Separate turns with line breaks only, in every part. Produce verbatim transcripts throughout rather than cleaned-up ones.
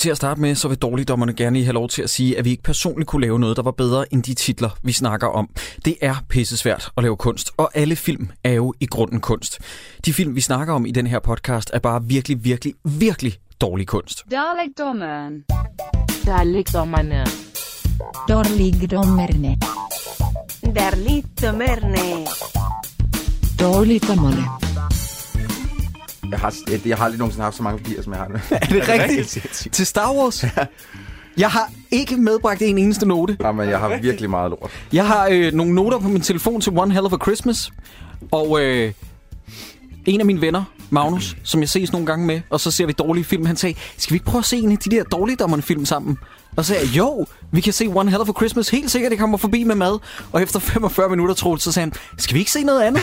Til at starte med, så vil dårligdommerne gerne lige have lov til at sige, at vi ikke personligt kunne lave noget, der var bedre end de titler, vi snakker om. Det er pissesvært at lave kunst, og alle film er jo i grunden kunst. De film, vi snakker om i den her podcast, er bare virkelig, virkelig, virkelig dårlig kunst.
Dårligdommeren.
Dårligdommerne.
Dårligdommerne.
Dårligdommerne.
Dårligdommerne.
Jeg har, jeg, jeg har aldrig nogensinde haft så mange papirer, som jeg har nu.
Er det rigtigt? Til Star Wars? Jeg har ikke medbragt en eneste note.
Jamen, jeg har virkelig meget lort.
Jeg har øh, nogle noter på min telefon til One Hell of a Christmas. Og øh, en af mine venner, Magnus, som jeg ses nogle gange med, og så ser vi dårlige film, han sagde, skal vi ikke prøve at se en af de der dårligdommerne film sammen? Og så sagde jeg, jo, vi kan se One Hell of a Christmas. Helt sikkert, det kommer forbi med mad. Og efter femogfyrre minutter, Troels, så sagde han, skal vi ikke se noget andet?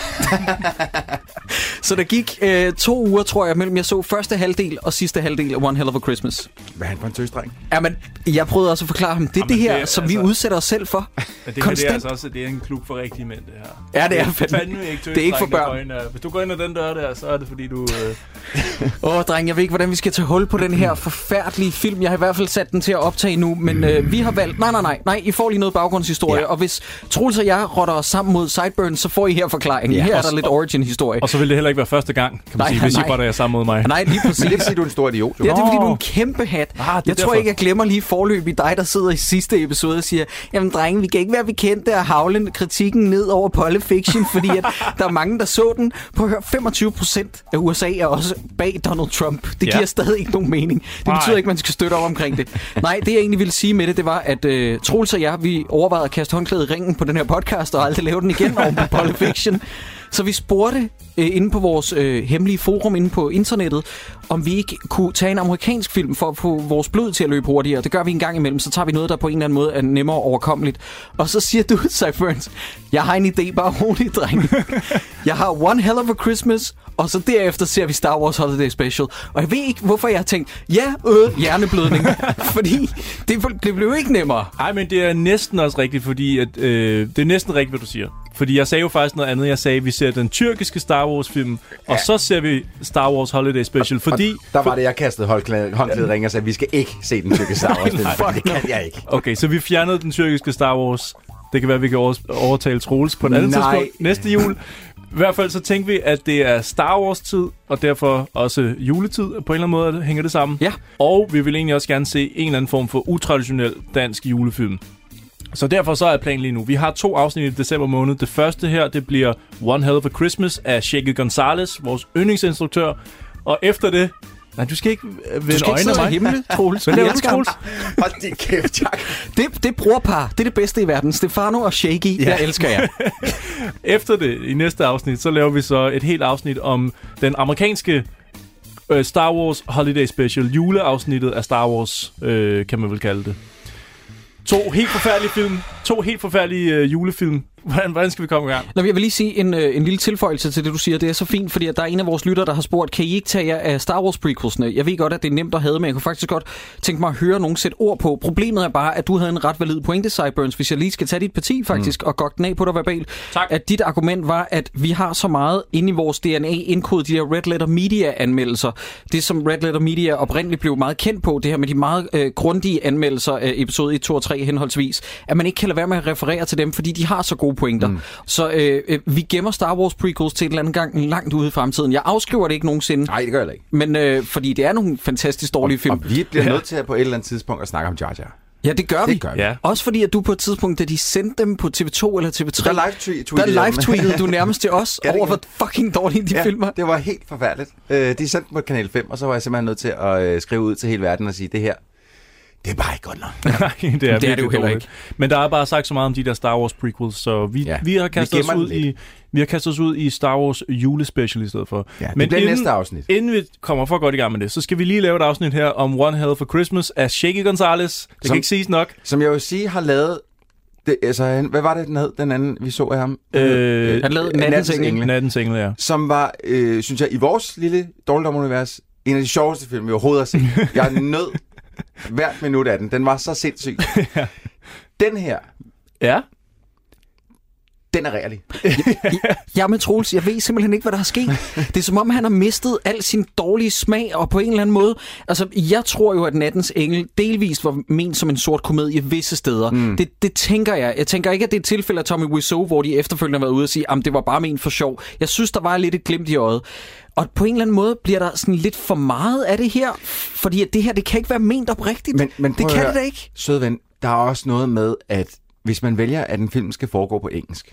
Så der gik øh, to uger, tror jeg, mellem jeg så første halvdel og sidste halvdel af One Hell of a Christmas.
Hvad er han for en tøsdreng?
Jamen, jeg prøvede også at forklare ham, det er
Jamen,
det her,
det er,
som
altså,
vi udsætter os selv for.
Men det her, det er altså også det er en klub for rigtige mænd, det her.
Ja, det er
det
fandme.
fandme ikke
Det er ikke for børn.
Ind, hvis du går ind ad den dør der, så er det fordi, du... Øh...
Åh, oh, dreng, jeg ved ikke, hvordan vi skal tage hul på den her forfærdelige film. Jeg har i hvert fald sat den til at optage nu, men øh, vi har valgt... Nej, nej, nej, nej, I får lige noget baggrundshistorie, ja. Og hvis Troels og jeg rotter os sammen mod Sideburns, så får I her forklaringen. Ja, her er der lidt origin-historie.
Og så vil det heller ikke være første gang, kan man nej, sige, hvis
nej.
I rotter jer sammen mod mig.
Nej, lige præcis.
Det vil sige, du er en stor idiot.
Ja, det er fordi, du er en kæmpe hat.
Ah,
jeg tror ikke, jeg glemmer lige forløb i dig, der sidder i sidste episode og siger, jamen drenge, vi kan ikke være bekendte af havlen kritikken ned over Pulp Fiction, fordi at der er mange, der så den. På at høre, femogtyve procent af U S A er også bag Donald Trump. Det giver ja. stadig ikke nogen mening. Det betyder Nej. ikke, at man skal støtte op omkring det. Nej, det jeg egentlig ville sige med det, det var, at uh, Troels og jeg, vi overvejede at kaste håndklædet i ringen på den her podcast og aldrig lave den igen over på Pulp Fiction. Så vi spurgte øh, inde på vores øh, hemmelige forum inde på internettet, om vi ikke kunne tage en amerikansk film for at få vores blod til at løbe hurtigere. Det gør vi en gang imellem, så tager vi noget, der på en eller anden måde er nemmere overkommeligt. Og så siger du, Cyburns, jeg har en idé, bare roligt, drenge. Jeg har One Hell of a Christmas, og så derefter ser vi Star Wars Holiday Special. Og jeg ved ikke, hvorfor jeg har tænkt, ja, øh, hjerneblødning. Fordi det, det blev ikke nemmere.
Nej, men det er næsten også rigtigt, fordi at, øh, det er næsten rigtigt, hvad du siger. Fordi jeg sagde jo faktisk noget andet. Jeg sagde, at vi ser den tyrkiske Star Wars-film, ja. Og så ser vi Star Wars Holiday Special, fordi...
Og der var det, jeg kastede håndklædet ring og sagde, at vi skal ikke se den tyrkiske Star Wars-film. Nej, det kan jeg ikke.
Okay, så vi fjernede den tyrkiske Star Wars. Det kan være, at vi kan overtale Troels på et andet
Nej.
tidspunkt næste jul. I hvert fald så tænkte vi, at det er Star Wars-tid, og derfor også juletid. På en eller anden måde hænger det sammen.
Ja.
Og vi vil egentlig også gerne se en eller anden form for utraditionel dansk julefilm. Så derfor så er planen lige nu. Vi har to afsnit i december måned. Det første her, det bliver One Hell of a Christmas af Shaky Gonzalez, vores yndlingsinstruktør. Og efter det... Nej, du skal ikke vende øjnene af mig.
Himmel, Troels.
Hvad laver du, Troels?
Hold din kæft, Jack.
Det, det brorpar, det er det bedste i verden. Stefano og Shaky, ja. Jeg elsker jer.
Efter det, i næste afsnit, så laver vi så et helt afsnit om den amerikanske øh, Star Wars Holiday Special. Juleafsnittet af Star Wars, øh, kan man vel kalde det. To helt forfærdelige film. To helt forfærdelige øh, julefilm. Hvordan, hvordan skal vi komme i gang?
Nå, jeg vil lige sige en, øh, en lille tilføjelse til det, du siger. Det er så fint, fordi at der er en af vores lytter, der har spurgt, kan I ikke tage jer af Star Wars prequelsene? Jeg ved godt, at det er nemt at have, men jeg kunne faktisk godt tænke mig at høre nogen sætte ord på. Problemet er bare, at du havde en ret valid pointe, Sideburns, hvis jeg lige skal tage dit parti faktisk, mm. og gokke den af på dig verbalt.
Tak.
At dit argument var, at vi har så meget inde i vores D N A indkodet de her Red Letter Media-anmeldelser. Det, som Red Letter Media oprindeligt blev meget kendt på, det her med de meget øh, grundige anmeldelser af episode et, to og tre henholdsvis, at man ikke kan lade være med at referere til dem, fordi de har så gode pointer. Mm. Så øh, øh, vi gemmer Star Wars prequels til et eller andet gang langt ude i fremtiden. Jeg afskriver det ikke nogensinde.
Nej, det gør jeg ikke.
Men øh, fordi det er nogle fantastisk dårlige
og,
film.
Og vi bliver
ja.
nødt til at på et eller andet tidspunkt at snakke om Jar Jar.
Ja, det gør
det
vi.
Gør vi.
Ja.
Også fordi, at du på et tidspunkt, da de sendte dem på T V to eller T V tre,
der live-tweetede
der live-tweetede du nærmest til os ja, over, hvor fucking dårlige de
ja,
filmer.
Det var helt forfærdeligt. Øh, de sendte på Kanal fem, og så var jeg simpelthen nødt til at øh, skrive ud til hele verden og sige, det her, det er bare ikke godt nok.
Nej, det er,
det er det jo heller ikke.
Men der er bare sagt så meget om de der Star Wars prequels, så vi, ja. vi har kastet vi os ud i vi har kastet os ud i Star Wars julespecial i stedet for.
Ja, det
Men
bliver
inden,
næste afsnit.
Inden vi kommer for godt i gang med det, så skal vi lige lave et afsnit her om One Hell for Christmas af Shaky Gonzalez. Det som, kan ikke siges nok.
Som jeg vil sige har lavet det, altså, hvad var det, den hed, den anden, vi så af ham?
Øh, han lavede Nattens Engle.
Nattens Engle, ja.
Som var, øh, synes jeg, i vores lille dårligdommunivers, en af de sjoveste film, vi overhovedet har set. Jeg er nød hvert minut af den. Den var så sindssyg. Ja. Den her,
ja.
den er reallig.
jeg, jeg er med Troels. Jeg ved simpelthen ikke, hvad der er sket. Det er som om, han har mistet al sin dårlige smag, og på en eller anden måde... Altså, jeg tror jo, at Nattens Engel delvist var ment som en sort komedie visse steder. Mm. Det, det tænker jeg. Jeg tænker ikke, at det er et tilfælde af Tommy Wiseau, hvor de efterfølgende har været ude og sige, at det var bare ment for sjov. Jeg synes, der var lidt et glimt i øjet. Og på en eller anden måde bliver der sådan lidt for meget af det her, fordi at det her, det kan ikke være ment oprigtigt.
Men, men
det kan det da ikke.
Søde ven, der er også noget med, at hvis man vælger, at en film skal foregå på engelsk,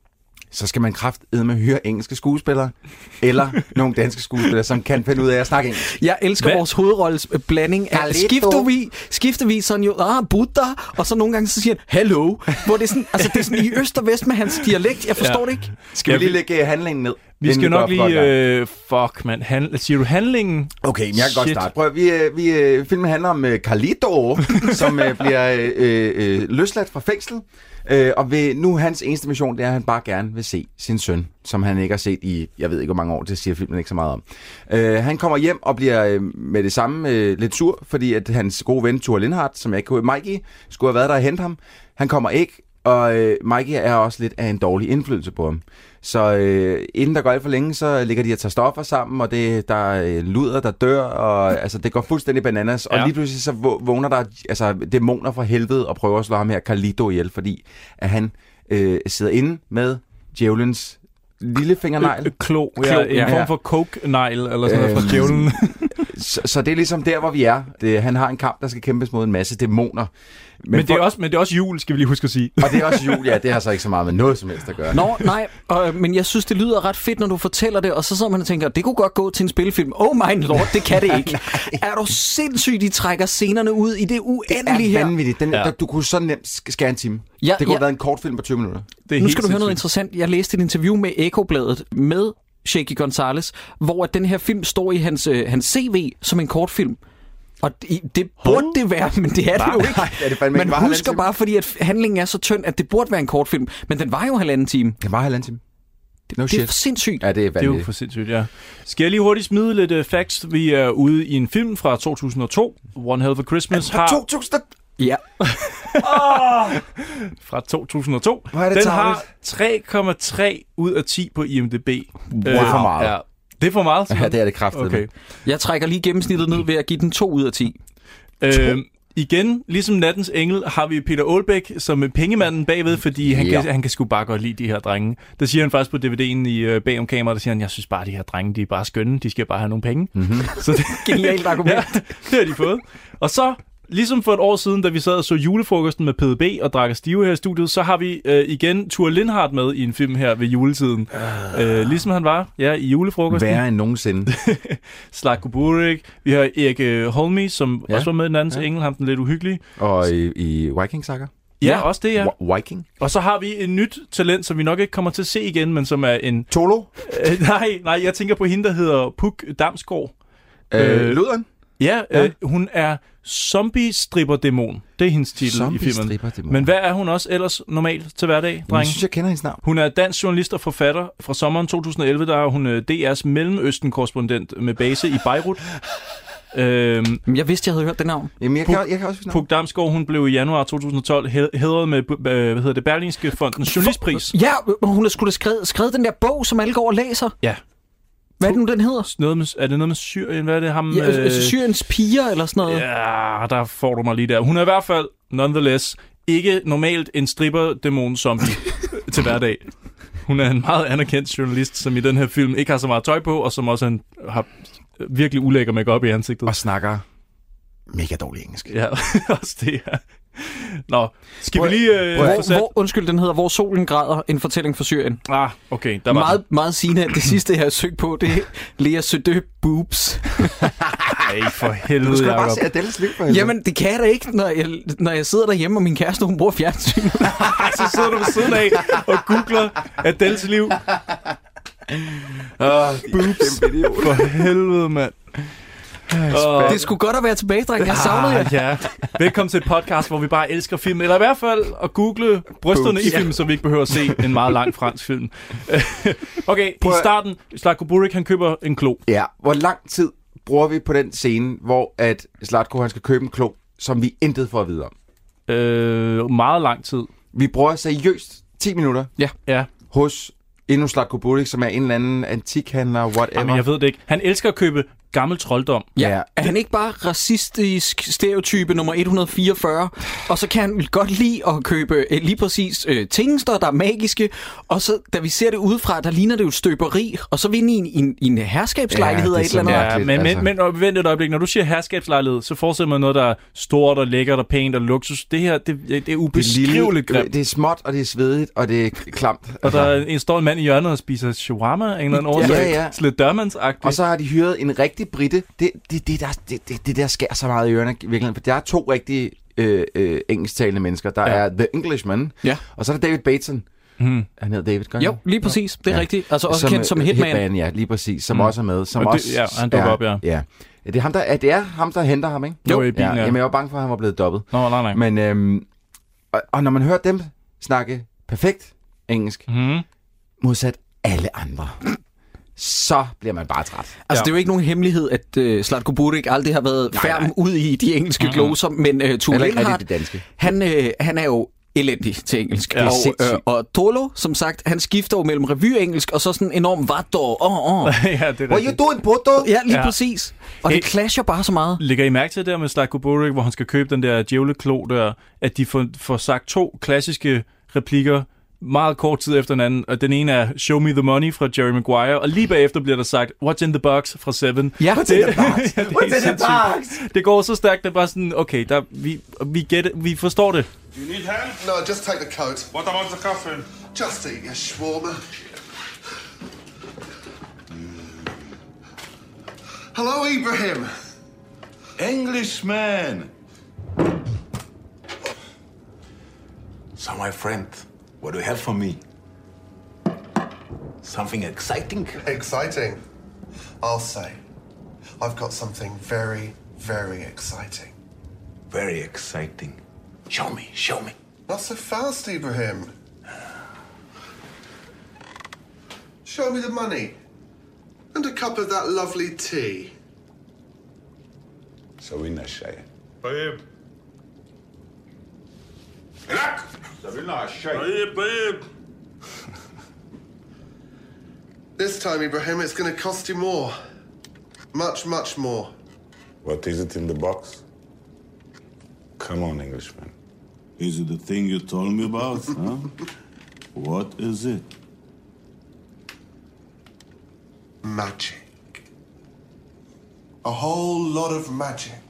så skal man kraftedme hyre engelske skuespillere, eller nogle danske skuespillere, som kan finde ud af at snakke engelsk.
Jeg elsker Hvad? vores hovedrolles blanding af skiftevis, skiftevis sådan jo, ah, Buddha, og så nogle gange så siger han, hello, hvor det er sådan, altså det er sådan i øst og vest med hans dialekt, jeg forstår ja. det ikke.
Skal vi lige lægge handlingen ned?
Vi skal nok lige, øh, fuck man, Han, siger du handlingen?
Okay, men jeg kan Shit. godt starte. Prøv, vi, vi, filmen handler om uh, Carlito, som uh, bliver øh, øh, løsladt fra fængsel. Øh, og ved, nu hans eneste mission, det er, at han bare gerne vil se sin søn, som han ikke har set i, jeg ved ikke hvor mange år, det siger filmen ikke så meget om. Øh, han kommer hjem og bliver øh, med det samme øh, lidt sur, fordi at hans gode ven, Thor Lindhardt, som jeg ikke kunne, Mikey, skulle have været der og hente ham. Han kommer ikke, og øh, Mikey er også lidt af en dårlig indflydelse på ham. Så øh, inden der går alt for længe, så ligger de og tager stoffer sammen, og det, der er luder, der dør, og altså, det går fuldstændig bananas. Ja. Og lige pludselig så vågner der altså, dæmoner fra helvede og prøver at slå ham her Carlito ihjel, fordi at han øh, sidder inde med djævelens lille fingernegl.
Klo, ja, en form for coke-negl, eller sådan noget øh, fra djævlen.
så, så det er ligesom der, hvor vi er. Det, han har en kamp, der skal kæmpes mod en masse dæmoner.
Men, men, det er for... også, men det er også jul, skal vi lige huske at sige.
Og det er også jul, ja. Det har så ikke så meget med noget som helst at gøre.
Nå, nej. Øh, men jeg synes, det lyder ret fedt, når du fortæller det, og så sidder man og tænker, det kunne godt gå til en spilfilm. Oh my lord, det kan det ikke. Er du sindssygt, de trækker scenerne ud i det uendelige her?
Det er vanvittigt. Den, ja. der, du kunne så nemt skære en time. Ja, det kunne ja. have været en kortfilm på tyve minutter.
Det er nu skal du høre noget interessant. Jeg læste et interview med Ekobladet med Shaky Gonzalez, hvor den her film står i hans, øh, hans C V som en kortfilm. Og det, det burde oh. det være, men det er det jo ikke. Nej, det man ikke husker bare, fordi at handlingen er så tynd, at det burde være en kortfilm. Men den var jo halvanden time.
Den var halvanden time.
No det shit. er for sindssygt.
Ja, det er
Det er jo for sindssygt, ja. Skal jeg lige hurtigt smide lidt uh, facts? Vi er ude i en film fra to tusind og to. One Hell of a Christmas har...
to tusind
Ja.
oh! Fra to tusind og to.
Hvor er det
Den
tageligt?
har tre komma tre ud af ti på I M D B.
Wow. Det er for meget. Ja.
Det er for meget,
ja, det er det kraftigt.
Okay.
Jeg trækker lige gennemsnittet ned ved at give den to ud af ti.
Øh, igen, ligesom Nattens Engel, har vi Peter Aalbæk som pengemanden bagved, fordi han, ja. kan, han kan sgu bare godt lide de her drenge. Der siger han faktisk på D V D'en i uh, bag om kameraet, der siger han, jeg synes bare, de her drenge, de er bare skønne, de skal bare have nogle penge.
Mm-hmm.
Så det
genialt argument.
Ja, det har de fået. Og så, ligesom for et år siden, da vi sad og så julefrokosten med P D B og drak stive her i studiet, så har vi øh, igen Thor Lindhardt med i en film her ved juletiden. Uh. Øh, ligesom han var, ja, i julefrokosten.
Værre end nogensinde.
Zlatko Buric. Vi har Erik Holmi, som ja. også var med i den anden ja. Engel, ham den lidt uhyggelige.
Og i, i Viking Saga.
Ja, ja, også det, ja.
W- Viking.
Og så har vi en nyt talent, som vi nok ikke kommer til at se igen, men som er en...
Tolo?
Øh, nej, nej, jeg tænker på hende, der hedder Puk Damsgaard.
Øh, øh, Luderen?
Ja, ja. Øh, hun er zombie-stripper-dæmon. Det er hendes titel i filmen. Men hvad er hun også ellers normalt til hverdag, drenge?
Jeg synes, jeg kender hendes navn.
Hun er dansk journalist og forfatter. Fra sommeren to tusind og elleve, der er hun D R's Mellemøsten-korrespondent med base i Beirut.
Øhm, jeg vidste, jeg havde hørt det navn.
Jamen, jeg kan, jeg kan også
Puk Damsgaard, hun blev i januar to tusind og tolv hædret med hvad hedder det, Berlingske Fondens journalistpris.
Ja, hun har sgu da skrevet, skrevet den der bog, som alle går og læser.
Ja.
Hvad er det nu, den hedder?
Noget med, er det noget med Syrien? Hvad er det? Ham,
ja, øh, Syriens piger eller sådan noget?
Ja, der får du mig lige der. Hun er i hvert fald, nonetheless, ikke normalt en stripper-dæmon-zombie til hverdag. Hun er en meget anerkendt journalist, som i den her film ikke har så meget tøj på, og som også en, har virkelig ulækker make-up i ansigtet.
Og snakker mega dårlig engelsk.
Ja, også det, ja. Nå, skal prøv, vi lige... Øh,
hvor, hvor, undskyld, den hedder Hvor solen græder, en fortælling fra Syrien.
Ah, okay. Der var
meget, meget sigende. Det sidste, jeg har søgt på, det er Lea Seydoux boobs.
Ej, for helvede,
du skal
Jacob.
bare se Adèles liv for helvede.
Jamen, det kan jeg da ikke, når jeg, når jeg sidder derhjemme, og min kæreste, hun bruger fjernsyn.
Så sidder du ved siden af og googler Adèles liv.
Oh,
boobs. For helvede, mand.
Uh, det skulle godt at være tilbage, dreng. Jeg savnede jer.
Ja. Velkommen til et podcast, hvor vi bare elsker film. Eller i hvert fald at google brysterne Boobs. i film, så vi ikke behøver at se en meget lang fransk film. Okay, Prøv. i starten, Zlatko Buric, han køber en klo.
Ja, hvor lang tid bruger vi på den scene, hvor at Zlatko, han skal købe en klo, som vi intet får at vide om?
Øh, meget lang tid.
Vi bruger seriøst ti minutter
Ja.
Ja.
hos endnu Zlatko Buric, som er en eller anden antikhandler, whatever.
Jamen, jeg ved det ikke. Han elsker at købe gammel trolddom.
Ja.
Ja.
Er han ikke bare racistisk stereotype nummer et hundrede fireogfyrre? Og så kan han godt lide at købe øh, lige præcis øh, tingester, der er magiske. Og så, da vi ser det udefra, der ligner det jo et støberi. Og så er vi inde i en, i en, i en herskabslejlighed
Ja,
af
det
et
er
eller andet.
så
Ja,
mærkeligt,
men,
altså.
men, men og vent et øjeblik. Når du siger herskabslejlighed, så forestiller man noget, der er stort og lækkert og pænt og luksus. Det her, det, det er ubeskriveligt
det,
grimt.
det er småt, og det er svedigt, og det er klamt.
Og der er en stor en mand i hjørnet og spiser shawarma af en eller anden årsag.
Ja, ja.
Sådan lidt dørmandsagtigt.
Og så har de hyret en rigtig britte. Det, det, det, der, det, det, det der skærer så meget i ørerne i virkeligheden. For der er to rigtige øh, øh, engelsktalende mennesker. Der
Ja.
er The Englishman,
Ja.
og så er der David Bateson.
Hmm.
Han hedder David, gør han
Jo,
ikke?
lige præcis. Det er
Ja.
rigtigt. Altså også kendt som Hitman.
Hitman, ja, lige præcis. Som
Mm.
også er med. Som
Og det-
også
ja, han dukker
er-
op, ja.
ja. Det er, ham, der, det er ham, der henter ham, ikke?
Jo, i bilen, ja.
Jamen, jeg var bange for, at han var blevet dobbet.
Nå, nej, nej.
Men, øhm, og, og når man hører dem snakke perfekt engelsk,
Hmm.
modsat alle andre, så bliver man bare træt.
Altså,
Ja.
det er jo ikke nogen hemmelighed, at uh, Zlatko Buric aldrig har været
Nej,
færm
nej.
ud i de engelske
Mhm.
gloser, men uh, Tue
Heller ikke
Lindhardt,
rigtig det danske.
han, uh, han er jo elendig til engelsk.
Ja.
Og,
Sindssygt.
øh, og Tolo, som sagt, han skifter jo mellem revyengelsk og så sådan enorm vador. Åh, åh.
ja, det er
What you
rigtigt.
doing, Boto?
Ja, lige
Ja.
præcis. Og
Hey.
det clasher bare så meget.
Lægger I mærke til det der med Zlatko Buric, hvor han skal købe den der djævleklo der, at de får, får sagt to klassiske replikker meget kort tid efter hinanden, og den ene er Show Me the Money fra Jerry Maguire, og lige bagefter bliver der sagt What's in the box fra Seven.
Ja,
What's in the box?
Ja, det er
What's in the
sindssygt.
box?
Det går så stærkt, det er bare sådan, okay, der, vi, vi, get it, vi forstår det.
You need help?
No, just take the coat.
What about the coffin?
Just eat your shawarma. Hello, Ibrahim.
Englishman. So, my friend, what do you have for me? Something exciting?
Exciting. I'll say. I've got something very, very exciting.
Very exciting. Show me, show me.
Not so fast, Ibrahim. Show me the money. And a cup of that lovely tea.
سوينا الشاي.
طيب.
لك سوينا الشاي.
طيب طيب.
This time, Ibrahim, it's going to cost you more. Much, much more.
What is it in the box? Come on, Englishman.
Is it the thing you told me about, huh? What is it?
Magic. A whole lot of magic.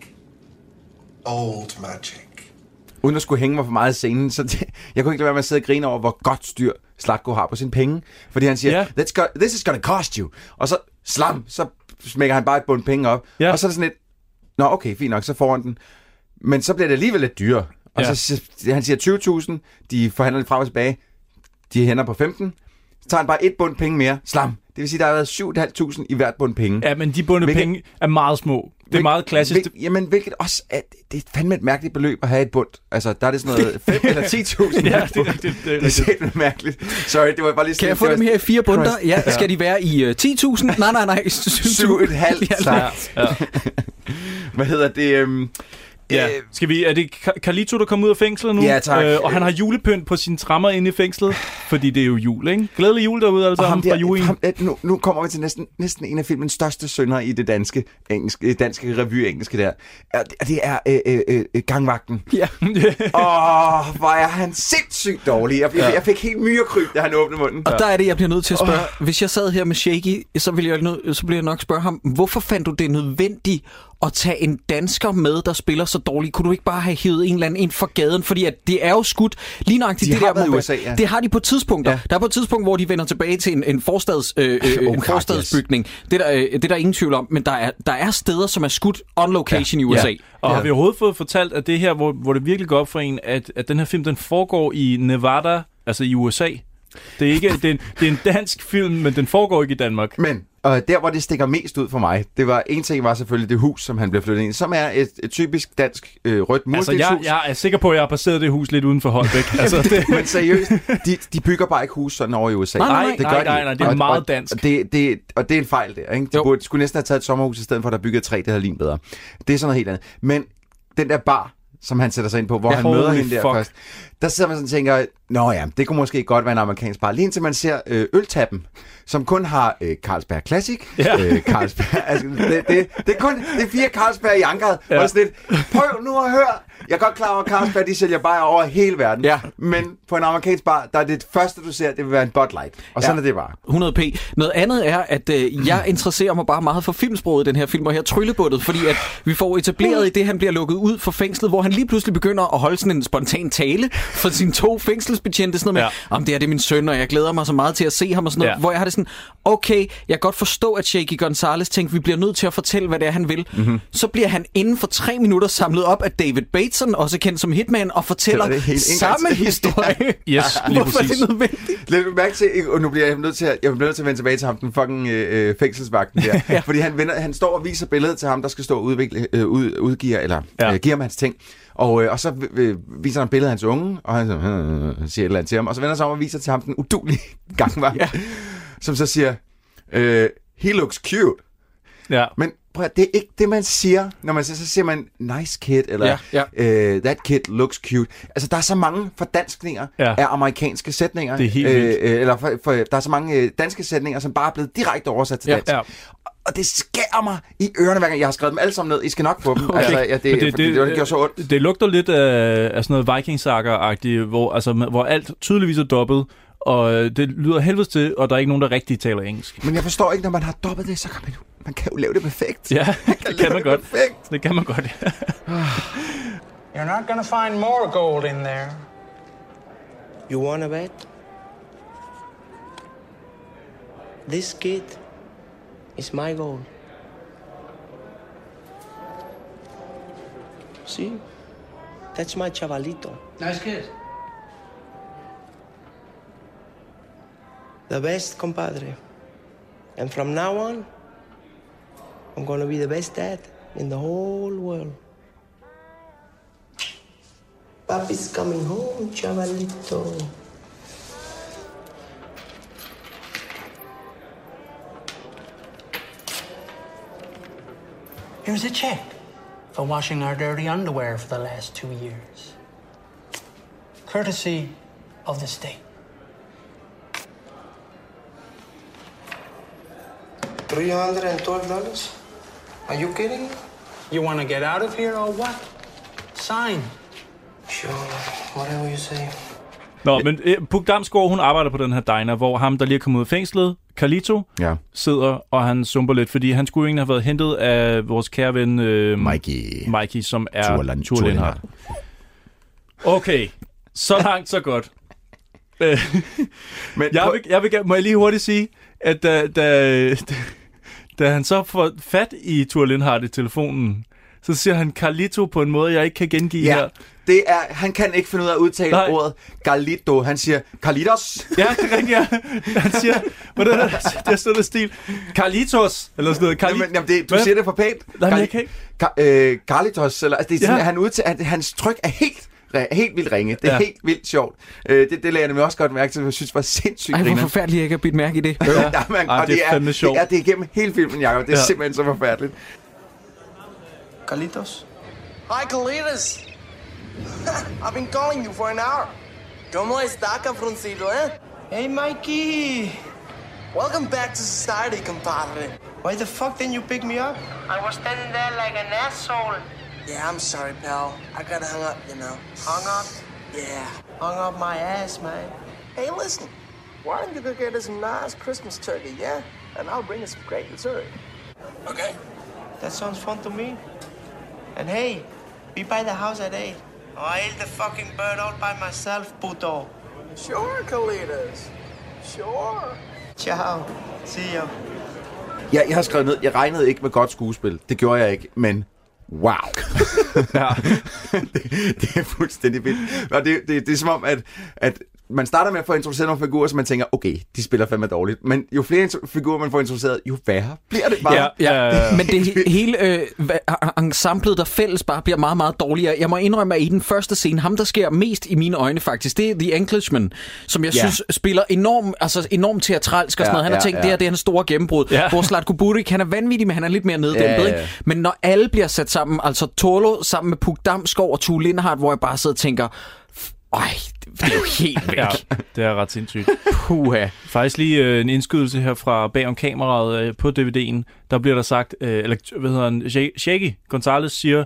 Old magic.
Uden at skulle hænge mig for meget i scenen, så det, jeg kunne ikke lade være med at sidde og grine over, hvor godt styr Zlatko har på sine penge. Fordi han siger,
Ja.
That's got, this is gonna cost you. Og så slam, så smækker han bare et bund penge op.
Ja.
Og så er det sådan lidt, nå okay, fint nok, så får han den. Men så bliver det alligevel lidt dyrere. Og
Ja.
så siger- han siger tyve tusind, de forhandler lidt frem og tilbage, de hænder på femten, så tager han bare et bund penge mere, slam. Det vil sige, der har været syv tusind fem hundrede i hvert bund penge.
Ja, men de bunde
Hvilket-
penge er meget små. Det er
Hvil-
meget klassisk.
Hvil, jamen, hvilket også er, det er fandme et mærkeligt beløb at have et bund. Altså, der er det sådan noget fem eller ti tusind.
Ja, det er rigtigt. Det er
Det er
rigtigt.
simpelthen mærkeligt. Sorry, det var bare lige
Kan jeg få
det
dem
var-
her i fire bunder? Ja, skal de være i uh, ti tusind? Nej, nej, nej.
Syv og et halvt,
Ja,
tak.
Ja.
Hvad hedder det? Øhm,
Ja.
øh,
Skal vi, er det Ka- Carlito, der kommer ud af fængslet nu?
Ja, tak.
Øh, og han har julepynt på sine trammer inde i fængslet, fordi det er jo jul, ikke? Glædelig jul derude, alle
og ham
sammen, fra Juin.
der, ham, øh, nu, nu kommer vi til næsten, næsten en af filmens største synder i det danske, engelske, danske revy-engelske der. Og det, det er øh, øh, øh, gangvagten.
Ja.
Åh, hvor er han sindssygt dårlig. Jeg, jeg, jeg fik helt myrekryb, da han åbnede munden.
Og der er det, jeg bliver nødt til at spørge. Hvis jeg sad her med Shaky, så ville jeg, nød, så ville jeg nok spørge ham, hvorfor fandt du det nødvendigt at tage en dansker med, der spiller så dårligt? Kunne du ikke bare have hivet en eller anden ind for gaden? Fordi at det er jo skudt lige nøjagtigt
De
det
har
der
været i
må-
U S A, ja.
Det har de på tidspunkter.
Ja.
Der er på et tidspunkt, hvor de vender tilbage til en, en, forstads, øh, øh,
Oh,
en
God,
forstadsbygning. Det, er der, øh, det er der ingen tvivl om. Men der er, der er steder, som er skudt on location ja. i U S A.
Ja. Og har vi overhovedet fået fortalt, at det her, hvor, hvor det virkelig går op for en, at, at den her film, den foregår i Nevada, altså i U S A. Det er, ikke, det, er en, det er en dansk film, men den foregår ikke i Danmark.
Men og der, hvor det stikker mest ud for mig, det var en ting, var selvfølgelig det hus, som han blev flyttet ind i, som er et, et typisk dansk øh, rødt
Altså,
murstenshus.
jeg, jeg er sikker på, at jeg har passeret det hus lidt uden for Holbæk. Altså, det,
Men seriøst, de, de bygger bare ikke hus sådan over i U S A.
Nej, nej,
nej,
det gør
nej,
de.
nej, nej, det er
Og-
meget
og,
dansk.
Og det, det, og det er en fejl der, ikke? De
Jo.
burde, skulle næsten have taget et sommerhus i stedet for, at der byggede tre, det havde lignet bedre. Det er sådan noget helt andet. Men den der bar, som han sætter sig ind på, hvor
Ja,
han møder
holy
hende der
fuck.
først. Der sidder man sådan og tænker, nå ja, det kunne måske godt være en amerikansk bar. Lige indtil man ser øh, øltappen, som kun har øh, Carlsberg Classic.
Ja.
Øh, Carlsberg, altså, det, det, det, er kun det er fire Carlsberg i ankeret. Ja. Og sådan lidt, prøv nu at høre. Jeg er godt klar over, at Carlsberg, de sælger bare over hele verden.
Ja.
Men på en amerikansk bar, der er det første, du ser, det vil være en Bud Light. Og sådan
Ja.
er det bare.
hundrede p. Noget andet er, at øh, jeg interesserer mig bare meget for filmsproget i den her film, og her Tryllebundet, fordi at vi får etableret i det, han bliver lukket ud fra fængslet, hvor han lige pludselig begynder at holde sådan en spontan tale for sine to fængselsbetjente, sådan noget med,
Ja.
om det er det er min søn, og jeg glæder mig så meget til at se ham, og sådan noget,
Ja.
hvor jeg har det sådan, okay, jeg kan godt forstå, at Shaky Gonzalez tænkte, vi bliver nødt til at fortælle, hvad det er, han vil. Mm-hmm. Så bliver han inden for tre minutter samlet op af David Bateson, også kendt som Hitman, og fortæller
Det er det helt
samme
engang.
historie.
Yes, lige
Hvorfor er
præcis.
det nødvendigt?
Lidt mærke til, og nu bliver jeg nødt til at, jeg bliver nødt til at vende tilbage til ham, den fucking øh, fængselsvagten der. Ja. Fordi han, vender, han står og viser billedet til ham, der skal stå og udvikle, øh, ud, udgiver, eller
Ja.
øh, giver ham hans ting. Og, øh, og så øh, viser han billedet af hans unge, og han øh, siger et eller andet til ham. Og så vender han sig om og viser til ham den udulige gangvagt, ja. Som så siger, øh, he looks cute.
Ja.
Men prøv at, det er ikke det, man siger, når man siger, så siger man nice kid, eller
Ja,
øh, that kid looks cute. Altså, der er så mange fordanskninger
Ja.
af amerikanske sætninger.
Det er helt vildt.
øh, Eller for, for, der er så mange øh, danske sætninger, som bare er blevet direkte oversat til
Ja,
dansk.
ja.
Og det skærer mig i ørerne hver gang. Jeg har skrevet dem alle sammen ned. I skal nok få dem. Okay. Altså, ja, det,
Men
det, det, det, det gjorde så ondt.
Det, det lugter lidt af, af sådan noget Viking-saga-agtigt, hvor, altså, hvor alt tydeligvis er dobbelt, og det lyder helvedes til, og der er ikke nogen, der rigtig taler engelsk.
Men jeg forstår ikke, når man har dobbelt det, så kan man jo, man kan jo lave det perfekt.
Ja, det kan man godt.
Perfekt.
Det kan man godt, ja.
You're not gonna find more gold in there.
You wanna bet? This kid is my goal. See? That's my chavalito.
Nice kid.
The best, compadre. And from now on, I'm gonna be the best dad in the whole world. Papi's coming home, chavalito.
Here's a check for washing our dirty underwear for the last two years. Courtesy of the state.
three hundred twelve dollars? Are you kidding?
You wanna get out of here or what? Sign.
Sure, whatever you say.
Nå, men eh, Puk Damsgaard, hun arbejder på den her diner, hvor ham, der lige er kommet ud af fængslet, Carlito,
Ja.
sidder, og han sumper lidt, fordi han skulle egentlig have været hentet af vores kære ven øh,
Mikey.
Mikey, som er
Turland-
Tur Lindhardt. Okay, så langt, så godt. Øh,
Men
jeg,
prøv-
vil, jeg vil, gerne- må jeg lige hurtigt sige, at da, da, da han så får fat i Tur Lindhardt i telefonen, så siger han Carlito på en måde, jeg ikke kan gengive
Ja,
her.
det er, han kan ikke finde ud af at udtale
Nej.
ordet Carlito. Han siger Carlitos.
Ja, det er rigtigt, ja. Han siger, hvordan er det, det er sådan en stil? Carlitos, eller sådan noget. Carli-
Jamen, jamen det, du
Hvad?
siger det for pænt.
Nej, men jeg kan ikke.
Ka- øh, Carlitos, eller, altså det er sådan,
Ja.
ja. han udtaler, at hans tryk er helt, helt vildt ringe. Det er
Ja.
ja. helt vildt sjovt. Øh, det, det lagde jeg nemlig også godt mærke til, jeg synes var sindssygt
Ej, hvor
griner.
forfærdeligt, jeg ikke har bidt mærke i det.
Ja, man,
Ej,
og
det er fandme sjovt.
det er det er igennem hele filmen, Jacob. Det er
Ja.
ja. simpelthen så forfærdeligt.
Carlitos? Hi, Carlitos. I've been calling you for an hour. ¿Cómo está, cabroncito, eh? Hey, Mikey. Welcome back to society, compadre. Why the fuck didn't you pick me up?
I was standing there like an asshole.
Yeah, I'm sorry, pal. I got hung up, you know.
Hung up?
Yeah, hung up my ass, man. Hey, listen. Why don't you go get us some nice Christmas turkey, yeah? And I'll bring us some great dessert. Okay. That sounds fun to me. And hey, be by the house at eight. I'll eat the fucking bird all by myself, puto. Sure, Carlitos. Sure. Ciao. See you.
Ja, jeg har skrevet ned, jeg regnede ikke med godt skuespil. Det gjorde jeg ikke, men wow.
Ja.
det, det er fuldstændig vildt. Og det, det, det er som om, at, at man starter med at få introduceret nogle figurer, så man tænker, okay, de spiller fandme dårligt. Men jo flere figurer man får introduceret, jo værre bliver det bare.
Ja, ja, ja. Men det hele øh, ensemblet, der fælles bare bliver meget, meget dårligere. Jeg må indrømme, at i den første scene, ham der sker mest i mine øjne faktisk, det er The Englishman, som jeg ja. synes spiller enormt, altså enormt teatralsk og sådan ja, noget. Han ja, har tænkt, ja. det her det er en stor gennembrud. Ja. Hvor Zlatko Buric, han er vanvittig, men han er lidt mere neddæmpet. Ja, ja, ja. Men når alle bliver sat sammen, altså Tolo sammen med Puk Damsgaard og Tue Lindhardt, hvor jeg bare sidder og tænker, øj, det er jo helt væk.
Ja, det er ret sindssygt. Puha. Faktisk lige øh, en indskydelse her fra bag om kameraet øh, på D V D'en. Der bliver der sagt, øh, eller hvad hedder han, Shaggy Gonzalez siger,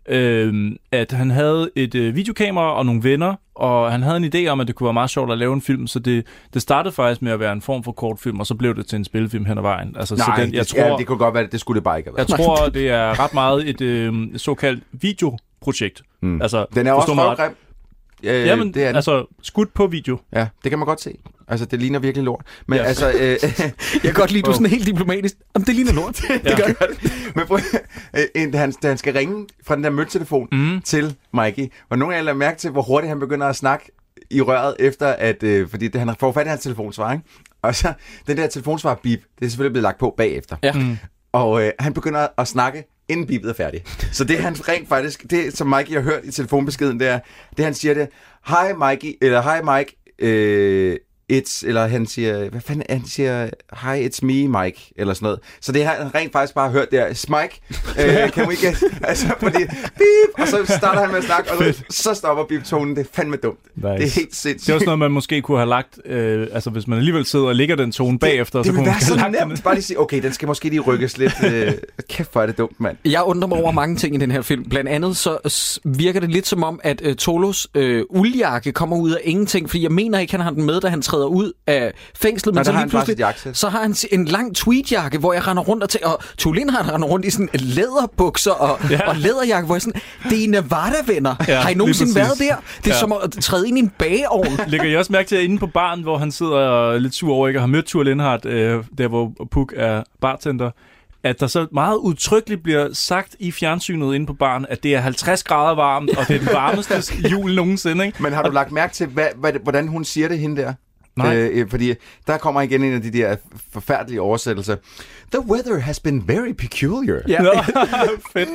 øh, at han havde et øh, videokamera og nogle venner, og han havde en idé om, at det kunne være meget sjovt at lave en film, så det, det startede faktisk med at være en form for kortfilm, og så blev det til en spilfilm hen ad vejen. Altså,
Nej,
så den, jeg
det,
tror,
ja, det kunne godt være, det skulle det bare ikke have været.
Jeg tror, det er ret meget et øh, såkaldt videoprojekt.
Mm.
Altså,
den er også røvgrim.
Øh, Jamen, det er altså skudt på video.
Ja, det kan man godt se. Altså, det ligner virkelig lort. Men
ja.
altså... Øh,
jeg kan godt lide, du er sådan helt diplomatisk. Om det ligner lort. det
ja. gør det. Men prøv, øh, da, han, da han skal ringe fra den der mødtelefon mm. til Mikey, og nogen af jer lader mærke til, hvor hurtigt han begynder at snakke i røret efter, at... Øh, fordi det, han får fat i hans telefonsvar, ikke? Og så den der telefonsvar-bip, det er selvfølgelig blevet lagt på bagefter.
Ja. Mm.
Og øh, han begynder at snakke, inden bibet er færdig. Så det han rent faktisk, det som Mikey har hørt i telefonbeskeden, det er, det han siger det, hej Mikey, eller hej Mike, øh, it's, eller han siger, hvad fanden, han siger, hi, it's me, Mike, eller sådan noget. Så det har han rent faktisk bare hørt der, it's Mike, øh, kan we get, altså, fordi, beep, og så starter han med at snakke, og så, så stopper beep-tonen, det er fandme dumt. Nice. Det er helt sindssygt.
Det er også noget, man måske kunne have lagt, øh, altså hvis man alligevel sidder og lægger den tone bagefter,
det,
så
det
kunne man
have
lagt
nemt. Bare lige sige, okay, den skal måske lige rykkes lidt, øh, kæft hvor er det dumt, mand.
Jeg undrer mig over mange ting i den her film. Blandt andet så virker det lidt som om, at uh, Tolos øh, uldjakke kommer ud af ingenting, fordi jeg mener ikke, han har den med, da han træder ud af fængslet, men
Nå,
så lige pludselig, så har han en lang tweedjakke, hvor jeg render rundt og tænker, og Tue Lindhardt render rundt i sådan læderbukser og, ja. og læderjakke, hvor jeg sådan, det er Nevada-venner. Ja, har I nogensinde været der? Det er ja. som at træde ind i en bageovn.
Lægger I også mærke til, at inde på baren, hvor han sidder lidt sur over, ikke har mødt Tue Lindhardt, øh, der hvor Puk er bartender, at der så meget udtrykkeligt bliver sagt i fjernsynet inde på baren, at det er halvtreds grader varmt, og det er den varmeste jul nogensinde. Ikke?
Men har du lagt mærke til, hvad, hvad, hvordan hun siger det, hende der?
Nej.
Øh, fordi der kommer igen en af de der forfærdelige oversættelser. The weather has been very peculiar.
Ja. Nå, fedt.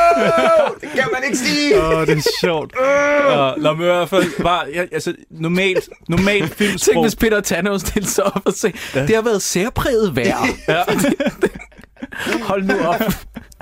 No! Det kan man ikke sige!
Åh, oh, det er sjovt. Uh, lad mig i hvert fald bare... Ja, altså, normalt, normalt filmsprog...
Tænk, hvis Peter Thanos stiller sig op og siger, ja. det har været særpræget vejr.
Ja.
Hold nu op.
The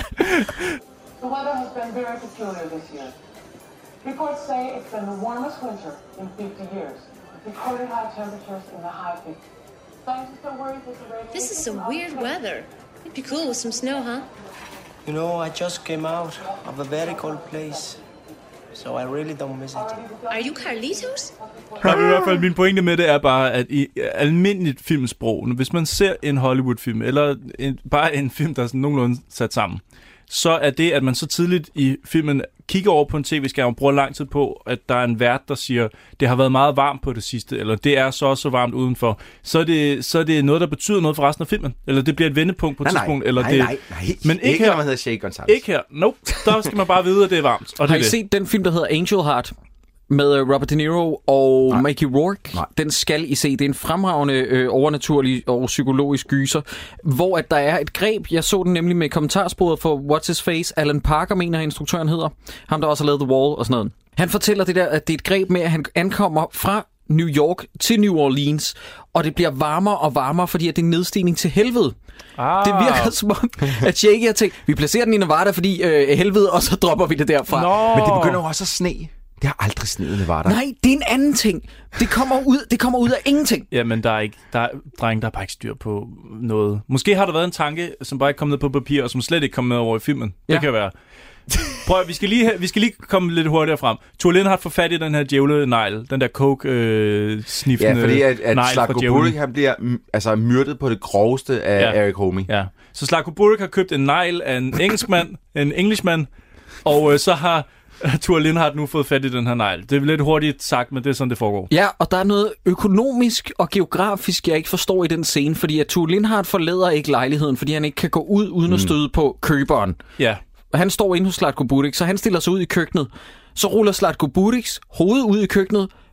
weather has been very peculiar this year. Reports say it's been the warmest winter in fifty years. Recorded high temperatures in the high fifties. Scientists are worried that the radiation...
This is some weird weather. It'd be cool with some snow, huh?
You know, I just came out of a very cold place, so I really don't miss it.
Are you Carlitos?
Nej, i hvert fald min pointe med det er bare, at i almindeligt filmsprog, hvis man ser en Hollywood-film, eller en, bare en film, der er sådan nogenlunde sat sammen, så er det, at man så tidligt i filmen kigger over på en tv-skærm og bruger lang tid på, at der er en vært, der siger, det har været meget varmt på det sidste, eller det er så så varmt udenfor, så er det, så er det noget, der betyder noget for resten af filmen. Eller det bliver et vendepunkt på et
nej,
tidspunkt. Eller
nej,
det,
nej, nej.
Men ikke,
ikke
her.
når man hedder Shaggy Gonzalez.
Ikke her. Nope. Der skal man bare vide, at det er varmt. Og
har
det
I
det.
set den film, der hedder Angel Heart? Med Robert De Niro og
Nej.
Mickey Rourke.
Nej.
Den skal I se. Det er en fremragende øh, overnaturlig og psykologisk gyser, hvor at der er et greb. Jeg så den nemlig med kommentarsporet for What's His Face. Alan Parker mener, instruktøren hedder. Ham, der også har lavet The Wall og sådan noget. Han fortæller det der, at det er et greb med, at han ankommer fra New York til New Orleans, og det bliver varmere og varmere, fordi at det er en nedstigning til helvede.
Ah.
Det virker som om, at Shaggy har tænkt, vi placerer den i Nevada, fordi øh, helvede, og så dropper vi det derfra.
Nå.
Men det begynder jo også at sne. Det har aldrig sneet Nevada.
Nej, det er en anden ting. Det kommer ud, det kommer ud af ingenting.
Jamen, der er ikke, der er, dreng, der er bare ikke styr på noget. Måske har der været en tanke, som bare ikke kom ned på papir, og som slet ikke kom med over i filmen. Ja. Det kan være. Prøv at, vi skal lige, vi skal lige komme lidt hurtigere frem. Tue Lindhardt får fat i den her djævle-negl. Den der coke-sniftende
Ja, fordi at, at
negl
Zlatko Buric, han bliver m- altså myrdet på det groveste af
Ja.
Eric Homey.
Ja. Så Zlatko Buric har købt en negl af en engelskmand, en englishman, og øh, så har Tue Lindhardt nu fået fat i den her negl. Det er lidt hurtigt sagt, men det er sådan, det foregår.
Ja, og der er noget økonomisk og geografisk, jeg ikke forstår i den scene, fordi at Tue Lindhardt forlader ikke lejligheden, fordi han ikke kan gå ud uden at støde på køberen.
Ja.
Og han står inde hos Zlatko Buric, så han stiller sig ud i køkkenet. Så ruller Zlatko Burics hoved ud i køkkenet,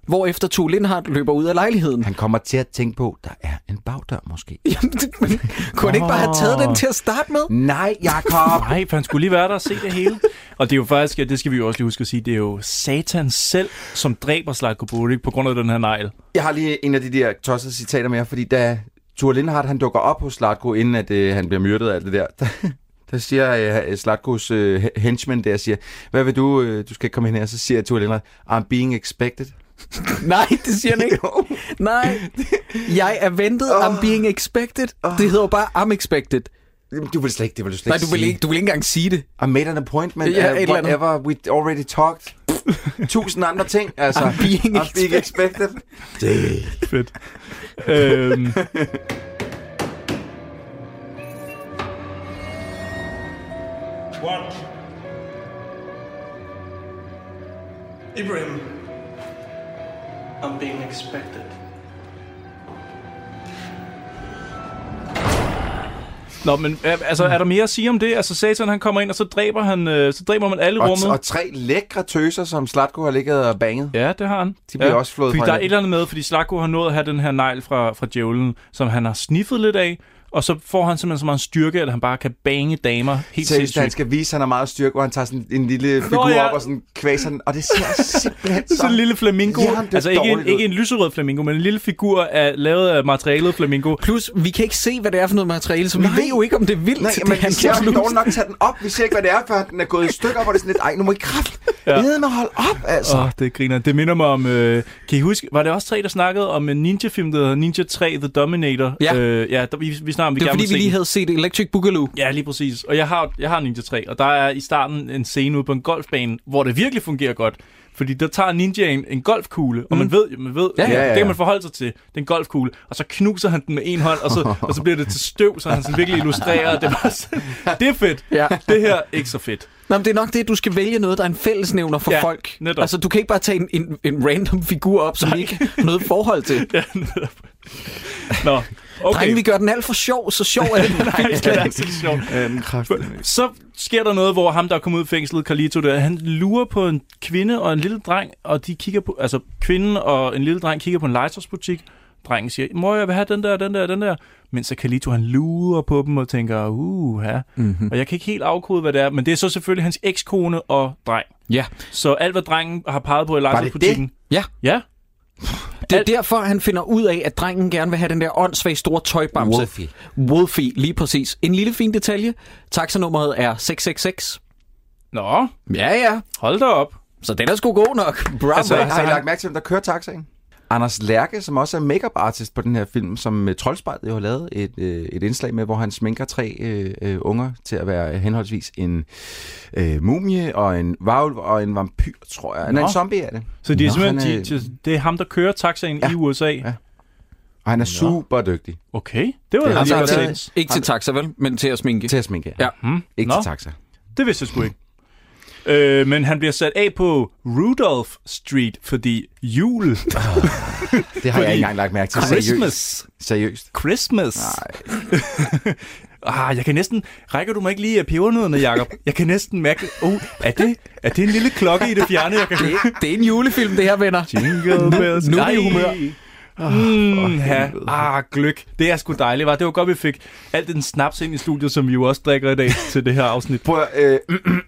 Hvorefter Tue Lindhardt løber ud af lejligheden.
Han kommer til at tænke på, der er en bagdør måske.
Jamen, det, men, kunne han ikke bare have taget den til at starte med?
Nej, Jacob.
Nej, for han skulle lige være der og se det hele. Og det er jo faktisk, ja, det skal vi jo også lige huske at sige, det er jo Satan selv, som dræber Zlatko Buric på grund af den her negl.
Jeg har lige en af de der tossede citater med, fordi da Tue Lindhardt, han dukker op hos Zlatko, inden at øh, han bliver myrdet af alt det der, der, der siger øh, Zlatkos øh, henchman der, siger, hvad vil du, øh, du skal komme ind her, så siger Tue Lindhardt, I'm being expected.
Nej, det siger han ikke. Nej, jeg er ventet, oh. I'm being expected. Oh. Det hedder jo bare I'm expected.
Du vil slet ikke, det vil du slet
Nej,
ikke
du vil ikke, du vil ikke engang sige det.
I made an appointment,
ja,
uh, whatever, we already talked. Tusind andre ting, altså.
I'm being,
I'm being expected. Det
er fedt. øhm.
What? Ibrahim, I'm being expected.
Nå, men altså, er der mere at sige om det? Altså, Satan, han kommer ind, og så dræber, han, øh, så dræber man alle i rummet.
Og, og tre lækre tøser, som Zlatko har ligget og banget.
Ja, det har han.
De bliver
ja.
også flået
fordi
fra
der er et eller andet med, fordi Zlatko har nået at have den her negl fra, fra djævlen, som han har sniffet lidt af, og så får han simpelthen så meget styrke, at han bare kan bange damer helt
så
sindssygt.
Han skal vise, at han har meget styrke, hvor han tager sådan en lille figur Nå, ja. op og sådan kvæser den, og det ser simpelthen så...
sådan en lille flamingo. Ja, altså ikke en, ikke en lyserød flamingo, men en lille figur af, lavet af materialet flamingo.
Plus, vi kan ikke se, hvad det er for noget materiale, så vi Nej. ved jo ikke, om det er vildt.
Nej, men vi ser jo dårligt nok tage den op. Vi ser ikke, hvad det er, før den er gået i stykker, hvor det er sådan lidt, ej, nu må I kraft. Ja. Nede med hold op, altså.
Åh, oh, det griner. Det minder mig om, øh, kan I huske, var det også tre, der snakkede om en ninja-film, der hedder Ninja tre The Dominator?
Ja.
Øh, ja, der, vi, vi snakker om, vi
det er fordi, vi lige havde set Electric Boogaloo.
Ja, lige præcis. Og jeg har, jeg har Ninja tre, og der er i starten en scene ude på en golfbane, hvor det virkelig fungerer godt. Fordi der tager ninjaen en golfkugle, og man mm. ved, man ved
ja, ja, ja.
det kan man forholde sig til, den golfkugle, og så knuser han den med en hånd, og så, og så bliver det til støv, så han sådan virkelig illustrerer. Det, var, det er fedt. Ja. Det her er ikke så fedt.
Nå, men det er nok det, at du skal vælge noget, der er en fællesnævner for
ja,
folk.
Netop.
Altså, du kan ikke bare tage en, en, en random figur op, som Nej. ikke har noget forhold til.
Ja, netop. Nå, okay.
Drenge, vi gør den alt for sjov, så sjov er det.
Nej, det er ikke så sjov. Så sker der noget, hvor ham, der er kommet ud af fængslet, Carlito, der, han lurer på en kvinde og en lille dreng, og de kigger på, altså kvinden og en lille dreng kigger på en legetøjsbutik. Drengen siger, mor, jeg vil have den der, den der, den der. Mens Carlito, han lurer på dem og tænker, uh, ja. Mm-hmm. Og jeg kan ikke helt afkode, hvad det er, men det er så selvfølgelig hans ekskone og dreng.
Ja.
Så alt, hvad drengen har peget på i legetøjsbutikken.
Ja.
Ja.
Det er derfor, han finder ud af, at drengen gerne vil have den der åndssvage store tøjbamse.
Wolfie.
Wolfie, lige præcis. En lille fin detalje. Taxanummeret er seks seks seks.
Nå.
Ja, ja.
Hold da op.
Så den er sgu god nok. Bravo.
Altså, har I lagt mærke til, hvem der kører taxaen? Anders Lærke, som også er makeup artist på den her film, som Troldspejlet jo har lavet et, øh, et indslag med, hvor han sminker tre øh, øh, unger til at være henholdsvis en øh, mumie og en varulv og en vampyr, tror jeg. En zombie er det.
Så det er Nå, simpelthen han, øh, det er ham, der kører taxaen ja, i U S A?
Ja. Og han er Nå. super dygtig.
Okay, det var
det.
Altså,
altså, til, ikke til taxa, vel? Men til at sminke.
Til at sminke,
ja.
ja. Hmm. Ikke Nå. til taxa.
Det vidste jeg sgu ikke. Øh, men han bliver sat af på Rudolph Street, fordi jul.
Oh, det har fordi jeg ikke engang lagt mærke til.
Christmas.
Seriøst.
Christmas. Nej. ah, jeg kan næsten... Rækker du mig ikke lige pebernødderne, Jacob? Jeg kan næsten mærke... Oh, er det, er det en lille klokke i det fjerne, jeg kan høre?
Det, det er en julefilm, det her, venner.
Jingle bells.
Nu, nu er vi i humør.
Oh, mm, ja. Ah, gløk. Det er sgu dejligt, var. Det var godt, vi fik alt den snaps ind i studiet, som vi jo også drikker i dag til det her afsnit.
Prøv at... Øh,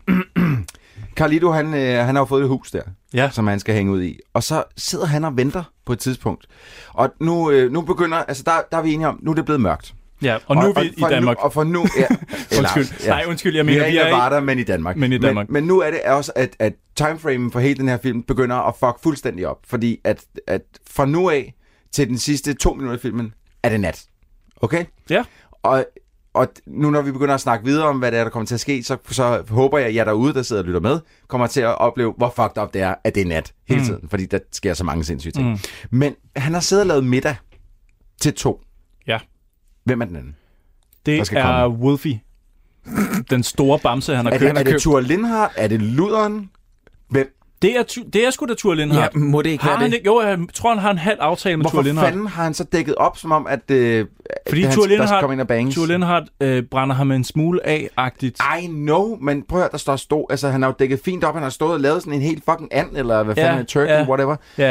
Carlito, han, øh, han har jo fået et hus der,
ja.
som han skal hænge ud i. Og så sidder han og venter på et tidspunkt. Og nu, øh, nu begynder... Altså, der, der er vi enige om, nu er det blevet mørkt.
Ja, og nu og, er vi i Danmark.
Nu, og for nu... Ja, eller,
undskyld.
Ja.
Nej, undskyld, jeg mener,
vi er, vi er i Nevada, men i Danmark.
Men i Danmark.
Men, men nu er det også, at, at timeframen for hele den her film begynder at fuck fuldstændig op. Fordi at, at fra nu af til den sidste to minutter i filmen, er det nat. Okay?
Ja.
Og... Og nu når vi begynder at snakke videre om, hvad det er, der kommer til at ske, så, så håber jeg, at jer derude, der sidder og lytter med, kommer til at opleve, hvor fucked up det er, at det er nat hele tiden. Mm. Fordi der sker så mange sindssyge ting. Mm. Men han har siddet og lavet middag til to.
Ja.
Hvem er den anden?
Det er Wolfie. Den store bamse, han har
er
købt.
Det, er det Tue Lindhardt? Er det luderen? Hvem?
Det er, det er sgu da Tue Lindhardt.
Ja, må det ikke
har
være det?
Ikke? Jo, jeg tror, han har en halv aftale med Tue Lindhardt.
Hvorfor fanden har han så dækket op, som om, at, øh,
Fordi
at
Tue
Lindhardt,
Tue Lindhardt øh, brænder ham en smule af-agtigt.
I know, men prøv at høre, der står stå. Altså, han har jo dækket fint op. Han har stået og lavet sådan en helt fucking and, eller hvad fanden,
ja,
en turkey,
ja,
whatever.
Ja.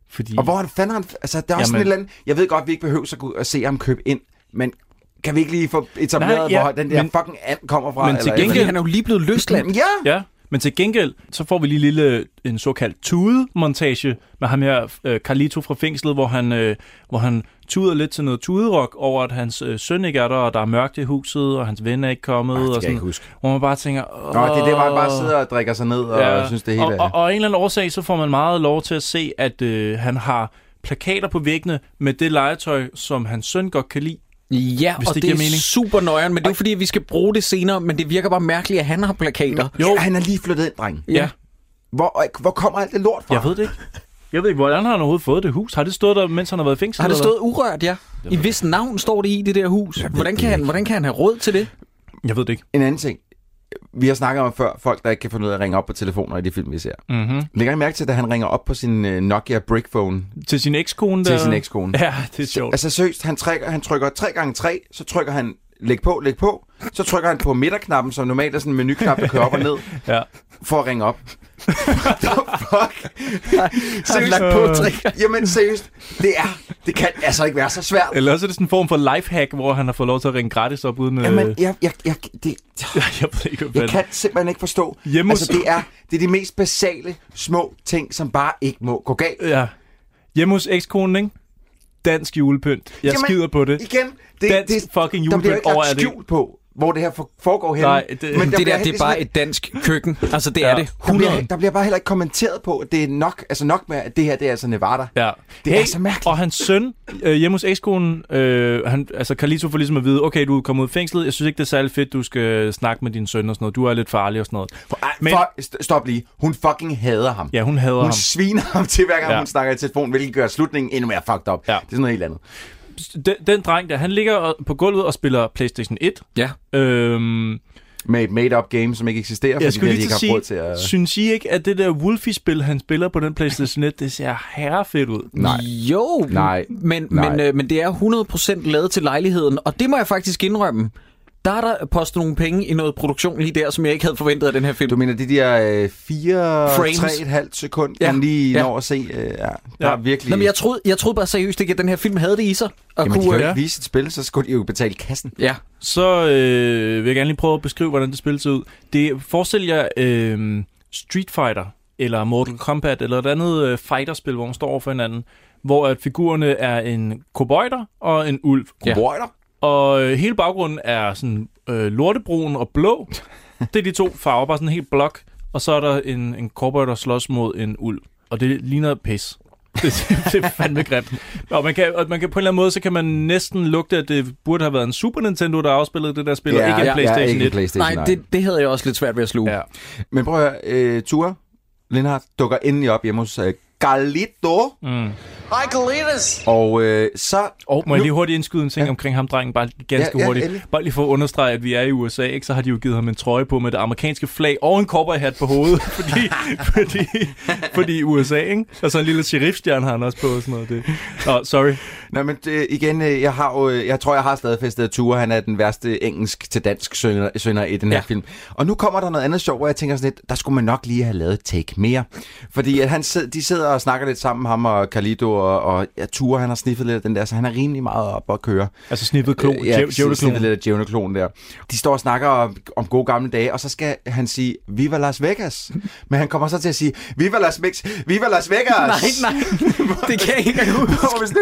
Fordi...
Og hvor han fandt han... Altså, der er også sådan et eller andet... Jeg ved godt, vi ikke behøver at, gå, at se ham købe ind, men kan vi ikke lige få etableret, Nej, ja, hvor den der men, fucking and kommer fra?
Men til gengæld...
Fordi han er jo lige blevet løsladt.
Ja!
Ja. Men til gengæld, så får vi lige lille, en såkaldt tude-montage med ham her, øh, Carlito fra fængslet, hvor han, øh, hvor han tuder lidt til noget tuderok over, at hans øh, søn ikke er der, og der er mørkt i huset, og hans ven er ikke kommet.
Arh,
og sådan, hvor man bare tænker...
Nå, det er det, hvor han bare sidder og drikker sig ned, og ja, synes, det hele
og, og, og af en eller anden årsag, så får man meget lov til at se, at øh, han har plakater på væggene med det legetøj, som hans søn godt kan lide.
Ja,
Hvis
og
det,
det er
mening.
super nøjeren, men det er jo fordi, at vi skal bruge det senere, men det virker bare mærkeligt, at han har plakater.
Jo, ja, han er lige flyttet ind, dreng.
Ja.
Hvor, hvor kommer alt det lort fra?
Jeg ved det ikke. Jeg ved ikke, hvordan har han overhovedet fået det hus? Har det stået der, mens han har været i fængsel?
Har det stået urørt, ja? I hvis navn står det i det der hus. Hvordan kan, han, hvordan kan han have råd til det?
Jeg ved det ikke.
En anden ting. Vi har snakket om før, folk, der ikke kan finde ud af at ringe op på telefoner i de film, vi ser.
Mm-hmm.
Lægger I mærke til, at han ringer op på sin uh, Nokia Brickphone?
Til sin ekskone? Der...
Til sin ekskone.
Ja, det er sjovt.
Altså seriøst, han, trækker, han trykker tre gange tre, så trykker han læg på, læg på, så trykker han på midterknappen, som normalt er sådan en menuknap, der kører op og ned,
ja.
for at ringe op. What the fuck?
Seriøst, lagt på tre gange.
Jamen seriøst, det er, det kan altså ikke være så svært.
Eller også er det sådan en form for lifehack, hvor han har fået lov til at ringe gratis op uden...
Jamen, jeg, jeg, jeg, det,
jeg, ved ikke,
jeg kan simpelthen ikke forstå.
Hjemme
altså, det er, det er de mest basale, små ting, som bare ikke må gå galt.
Ja. Hjemme hos ekskonen, ikke? Dansk julepynt. Jeg
Jamen,
skider på det.
Igen, det,
Dansk
det,
fucking julepynt.
Der bliver ikke lagt
skjul
på, hvor det her foregår henne.
Nej, det,
men det der, det er bare et dansk køkken. Altså, det ja. er det.
Der bliver, der bliver bare heller ikke kommenteret på, at det er nok, altså nok med, at det her, det er altså Nevada.
Ja.
Det
hey,
er så mærkeligt.
Og hans søn, øh, hjemme hos ekskonen, øh, han, altså Carlito får ligesom at vide, okay, du er kommet ud af fængslet, jeg synes ikke, det er særlig fedt, du skal snakke med din søn og sådan noget. Du er lidt farlig og sådan noget.
For, ej, men, for, stop lige. Hun fucking hader ham.
Ja, hun hader
hun
ham.
Hun sviner ham til, hver gang ja. hun snakker i telefon, hvilket gør slutningen endnu mere fucked up.
Ja.
Det er sådan noget helt andet.
Den, den dreng der, han ligger på gulvet og spiller PlayStation et.
Ja.
Øhm,
med et made-up game, som ikke eksisterer, fordi
jeg
de ikke har råd til at...
Synes I ikke, at det der Wolfie-spil, han spiller på den PlayStation et, det ser herrefedt ud?
Nej.
Jo,
Nej.
Men,
Nej.
Men, øh, men det er hundrede procent lavet til lejligheden, og det må jeg faktisk indrømme. Der er der postet nogle penge i noget produktion lige der, som jeg ikke havde forventet af den her film.
Du mener, de der øh, fire,
frames,
tre et halvt sekund, ja. man lige ja. når at se. Øh, ja. Der ja. er virkelig...
Nå, men jeg troede, jeg troede bare seriøst ikke, at den her film havde det i sig.
Og Jamen, kunne, de kan jo ikke vise et spil, så skulle de jo betale kassen.
Ja.
Så øh, vil jeg gerne lige prøve at beskrive, hvordan det spil ser ud. Det forestiller jeg øh, Street Fighter, eller Mortal Kombat, eller et andet øh, fighterspil, hvor man står over for hinanden, hvor at figurerne er en cowboyter og en ulv.
Cowboyter?
Ja. Og øh, hele baggrunden er sådan øh, lortebrun og blå. Det er de to farver, bare sådan helt blok. Og så er der en, en cowboy, der slås mod en ulv. Og det ligner pis. Det, det er fandme grimt. Og man kan, og man kan på en eller anden måde, så kan man næsten lugte, at det burde have været en Super Nintendo, der afspillede det der spil, ja, og ikke en
ja,
PlayStation
ja, ikke
et.
en PlayStation,
nej, det, det havde jeg også lidt svært ved at sluge.
Ja.
Men prøv at høre, uh, Ture Lindhardt dukker endelig op hjemme hos uh, Carlito.
Mm.
Hej, Carlitos!
Og øh, så...
Og må jeg lige hurtigt indskyde en ting ja. omkring ham, drengen, bare ganske
ja, ja,
hurtigt.
endelig.
Bare lige for at understrege, at vi er i U S A, ikke? Så har de jo givet ham en trøje på med det amerikanske flag og en cowboyhat på hovedet, fordi, fordi, fordi U S A, ikke? Og så en lille sheriffstjerne har han også på og sådan noget. Det. Oh, sorry.
Nej, men det, igen, jeg har jo, jeg tror, jeg har stadfæstet Ture. Han er den værste engelsk til dansk synger, synger i den her ja. film. Og nu kommer der noget andet sjov, hvor jeg tænker sådan lidt, der skulle man nok lige have lavet take mere. Fordi at han sid, de sidder og snakker lidt sammen, ham og Carlito, og, og ja, Ture, han har sniffet lidt af den der, så han er rimelig meget op at køre.
Altså sniffet klon,
øh, ja,
djævleklon.
sniffet lidt af djævleklon der. De står og snakker om, om gode gamle dage, og så skal han sige, Viva Las Vegas. Men han kommer så til at sige, Viva Las Vegas! Viva Las Vegas!
Nej, nej, det kan jeg ikke huske.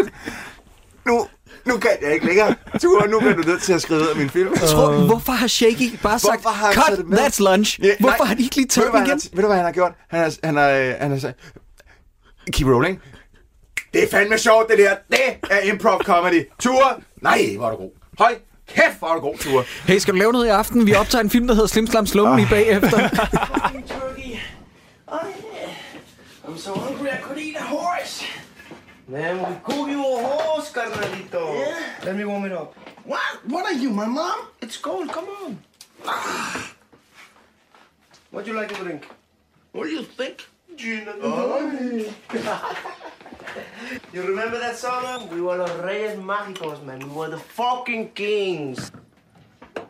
Nu, nu kan jeg ikke længere. Ture, nu bliver du nødt til at skrive ud af min film.
Jeg tror, hvorfor har Shaky bare sagt, cut, that's lunch? Ja, hvorfor nej, har de ikke lige taget den igen?
Ved du, hvad han har gjort? Han har, han har, han har sagt, keep rolling. Det er fandme sjovt, det der. Det er improv comedy. Ture, nej, hvor er du god. Høj, kæft, hvor er du god, Ture.
Hey, skal du lave noget i aften? Vi optager en film, der hedder Slim Slam Slummen i bagefter.
I'm so hungry I could eat a horse. Man, we cook you a horse, carnalito. Yeah. Let me warm it up. What? What are you, my mom? It's cold, come on. Ah. What do you like to drink? What do you think? Gin and tonic. You remember that song? We were los Reyes Mágicos, man. We were the fucking kings.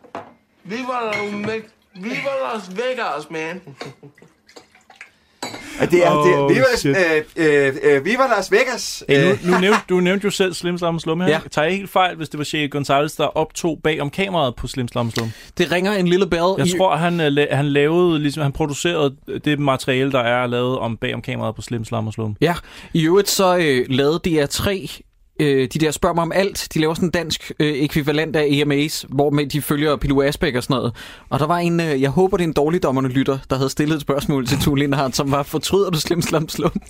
Viva Las, Viva Las Vegas, man.
Det er,
Oh,
det er
shit.
Viva, øh, øh, øh, Viva Las Vegas.
Hey, nu, nu nævnte, du nævnte jo selv Slim Slam Slum her.
Ja.
Tager jeg helt fejl, hvis det var Shay Gonzalez, der optog bag om kameraet på Slim Slam Slum?
Det ringer en lille bell.
Jeg
i...
tror, han, øh, la- han lavede, ligesom, han producerede det materiale, der er lavet om bag om kameraet på Slim Slam Slum.
Ja, i øvrigt så øh, lavede D R tre... Øh, de der spørger mig om alt. De laver sådan en dansk øh, ekvivalent af A M A's, hvor med de følger Pilo Asbæk og sådan noget. Og der var en, øh, jeg håber det er en dårligdommerne lytter, der havde stillet et spørgsmål til Tue Lindhardt, som var, fortryder du Slim Slam Slum? Det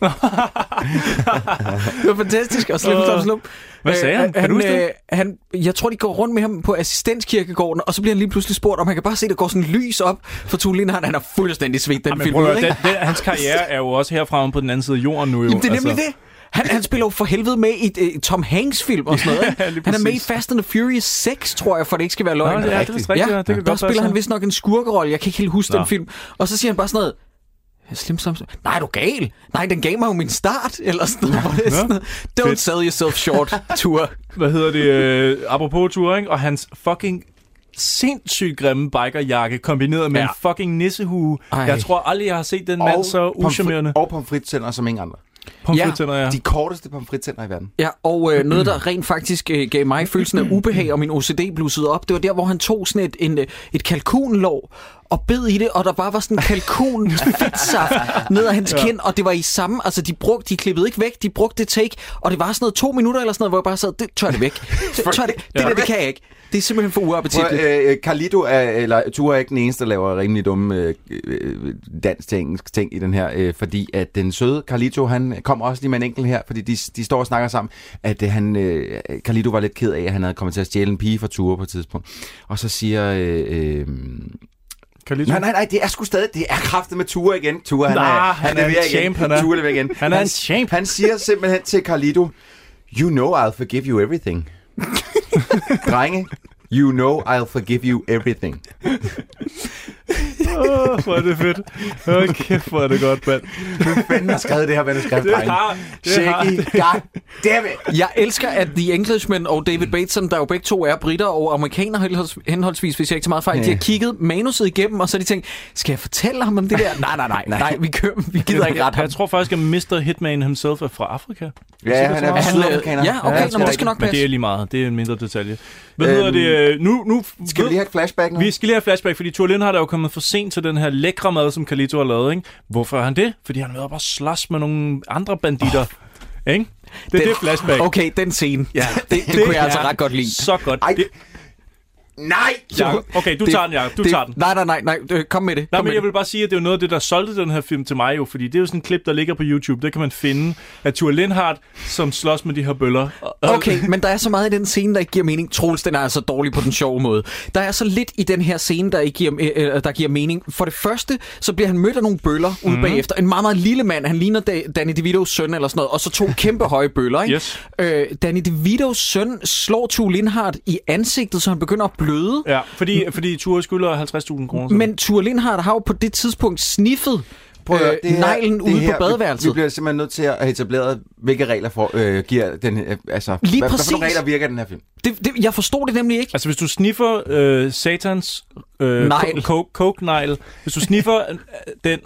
var fantastisk, og Slim Slam Slum.
Hvad sagde han? Kan
han,
du huske det?
øh, han, jeg tror, de går rundt med ham på assistenskirkegården, og så bliver han lige pludselig spurgt, om han kan bare se, der går sådan lys op for Tue Lindhardt. Han er fuldstændig svedt, den
Jamen,
film.
prøv,
ud,
den,
ikke?
den, hans karriere er jo også herfra på den anden side af jorden nu. Jo.
Jamen, det er nemlig
altså.
det. Han, han spiller jo for helvede med i et, et Tom Hanks-film og sådan noget. Ikke?
Ja, lige
Han er med i
præcis.
Fast and the Furious seks, tror jeg, for det ikke skal være løgn.
Nå, ja, det er vist rigtigt, ja. Det kan
der
godt
spiller
passe.
han vist nok en skurkerolle. Jeg kan ikke helt huske
Nå.
den film. Og så siger han bare sådan noget... Slim Slam Slum. Nej, er du gal? Nej, den gav mig jo min start. Eller sådan noget. Det er sådan noget. Don't
Fedt.
sell yourself short, Tour.
Hvad hedder det? Øh, apropos Tour, ikke? Og hans fucking sindssygt grimme bikerjakke kombineret med
Ja.
en fucking nissehue.
Ej.
Jeg tror aldrig, jeg har set den mand så uschammerende.
Og pomfrittænder som ingen andre.
Pomfrittænder, ja.
De korteste pomfrittænder i verden.
Ja, og øh, noget, der rent faktisk øh, gav mig følelsen af ubehag, og min O C D blussede op, det var der, hvor han tog sådan et, en, øh, et kalkunlår og bed i det, og der bare var sådan en kalkun fedtsaft ned ad hans
Ja.
kind, og det var i samme, altså de brugte, de klippede ikke væk, de brugte det take, og det var sådan noget to minutter eller sådan noget, hvor jeg bare sad, det tør det væk. Det, tør det, det
Ja.
der, det kan jeg ikke. Det er simpelthen for uappetitligt.
Prøv, øh, Carlito er, eller Ture er ikke den eneste, der laver rimelig dumme øh, øh, dansk til engelsk ting i den her, øh, fordi at den søde Carlito, han kommer også lige med en enkelt her, fordi de, de står og snakker sammen, at øh, han, øh, Carlito var lidt ked af, at han havde kommet til at stjæle en pige fra Ture på et tidspunkt. Og så siger... Øh, øh,
Carlito?
Nej, nej, nej, det er sgu stadig, det er kraftet med Ture igen. Ture, han,
Nah,
er,
han er en
leverer
champ,
igen.
han er.
Ture leverer igen.
Han er
han,
en champ.
Han siger simpelthen til Carlito, you know I'll forgive you everything. Drenge, you know I'll forgive you everything.
Åh, oh, hvor er det fedt. Okay, hvor er det godt, mand.
Hvem fanden har skrevet det her manuskript,
Det
drenge?
har, det
Shaky,
har.
god damn it.
Jeg elsker, at The Englishman og David Bateson, der jo begge to er britter og amerikanere henholds- henholdsvis, hvis jeg ikke så meget fejl, de har kigget manuset igennem, og så har de tænkt, skal jeg fortælle ham om det der? Nej, nej, nej, nej, vi kører, vi gider ikke ret ham.
Jeg tror faktisk, at mister Hitman himself er fra Afrika.
Ja, han er
Han,
sydafrikaner.
ja, okay,
Ja,
nå, men det skal nok
Men det
passe.
er lige meget. Det er en mindre detalje. Hvad
Øhm,
hedder det? øh, Nu, nu,
Skal vi lige have et flashback nu?
Vi skal lige have flashback, fordi Tore Lindhardt er jo kommet for sent til den her lækre mad, som Carlito har lavet, ikke? Hvorfor er han det? Fordi han har været op og slås med nogle andre banditter. Oh. Ikke? Det er
Den-
det flashback.
Okay, den scene. Ja, det, det, det kunne jeg altså
er
ret godt lide.
Så godt.
Ej,
Det,
nej!
Jacob. Okay, du
Det-
tager den, Jacob. Du
det,
tager den.
Nej, nej, nej, nej, øh, kom med det.
Nej,
Kom
men
med
jeg
det.
vil bare sige, at det er jo noget af det, der solgte den her film til mig jo, fordi det er jo sådan en klip, der ligger på YouTube. Der kan man finde, at Tore Lindhardt, som slås med de her bøller. Og-
Okay, men der er så meget i den scene, der ikke giver mening. Troels, den er altså dårlig på den sjove måde. Der er så lidt i den her scene, der ikke giver, øh, der giver mening. For det første, så bliver han mødt af nogle bøller
Mhm.
ude bagefter. En meget, meget lille mand. Han ligner Da- Danny DeVitos søn eller sådan noget. Og så to kæmpe høje bøller, ikke?
Yes.
Øh, Danny DeVitos søn slår Tue Lindhardt i ansigtet, så han begynder at bløde.
Ja, fordi, fordi Tore skylder halvtreds tusind kroner. sådan.
Men Tue Lindhardt har jo på det tidspunkt sniffet
Prøv at høre,
øh,
det her-
neglen
det
ude
her,
på badeværelset.
Vi, vi bliver simpelthen nødt til at have etableret, hvilke regler for, øh, giver den øh, altså,
Lige
hvad, hvad for nogle
præcis.
regler virker den her film?
Det, det, jeg forstod det nemlig ikke.
Altså, hvis du sniffer øh, satans øh,
Negl.
coke, coke-negl, hvis du sniffer øh, den,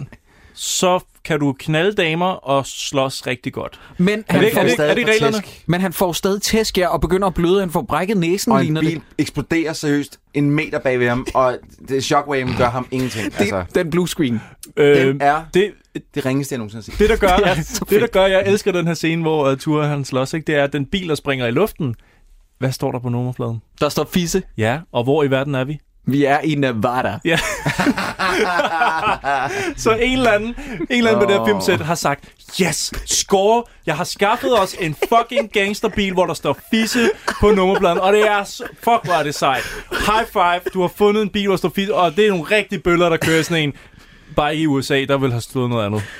så kan du knalde damer og slås rigtig godt.
Men
Er
han
det,
får
er det,
stadig
er det reglerne?
grotesk.
Men han får stadig tæsk, ja, og begynder at bløde. Han får brækket næsen,
Og en
ligner
bil
det.
eksploderer seriøst en meter bag ved ham, og det, shockwaven gør ham ingenting.
Det,
Altså,
den blue screen.
Øh,
den er
det,
det ringeste, jeg nogensinde har set.
det, der gør,
Det er
at,
så
det, der
fedt.
gør, jeg elsker den her scene, hvor uh, Ture han slås, ikke? Det er, at den bil, der springer i luften. Hvad står der på nummerpladen?
Der står fisse.
Ja, og hvor i verden er vi?
Vi er i Nevada.
Ja. Så en eller anden, en eller anden oh. på det her filmsæt har sagt, yes, score, jeg har skaffet os en fucking gangsterbil, hvor der står fisse på nummerpladen, og det er, så, fuck hvor er det sejt. High five, du har fundet en bil, hvor der står fisse, og det er nogle rigtige bøller, der kører sådan en. Bare i U S A, der vil have stået noget andet.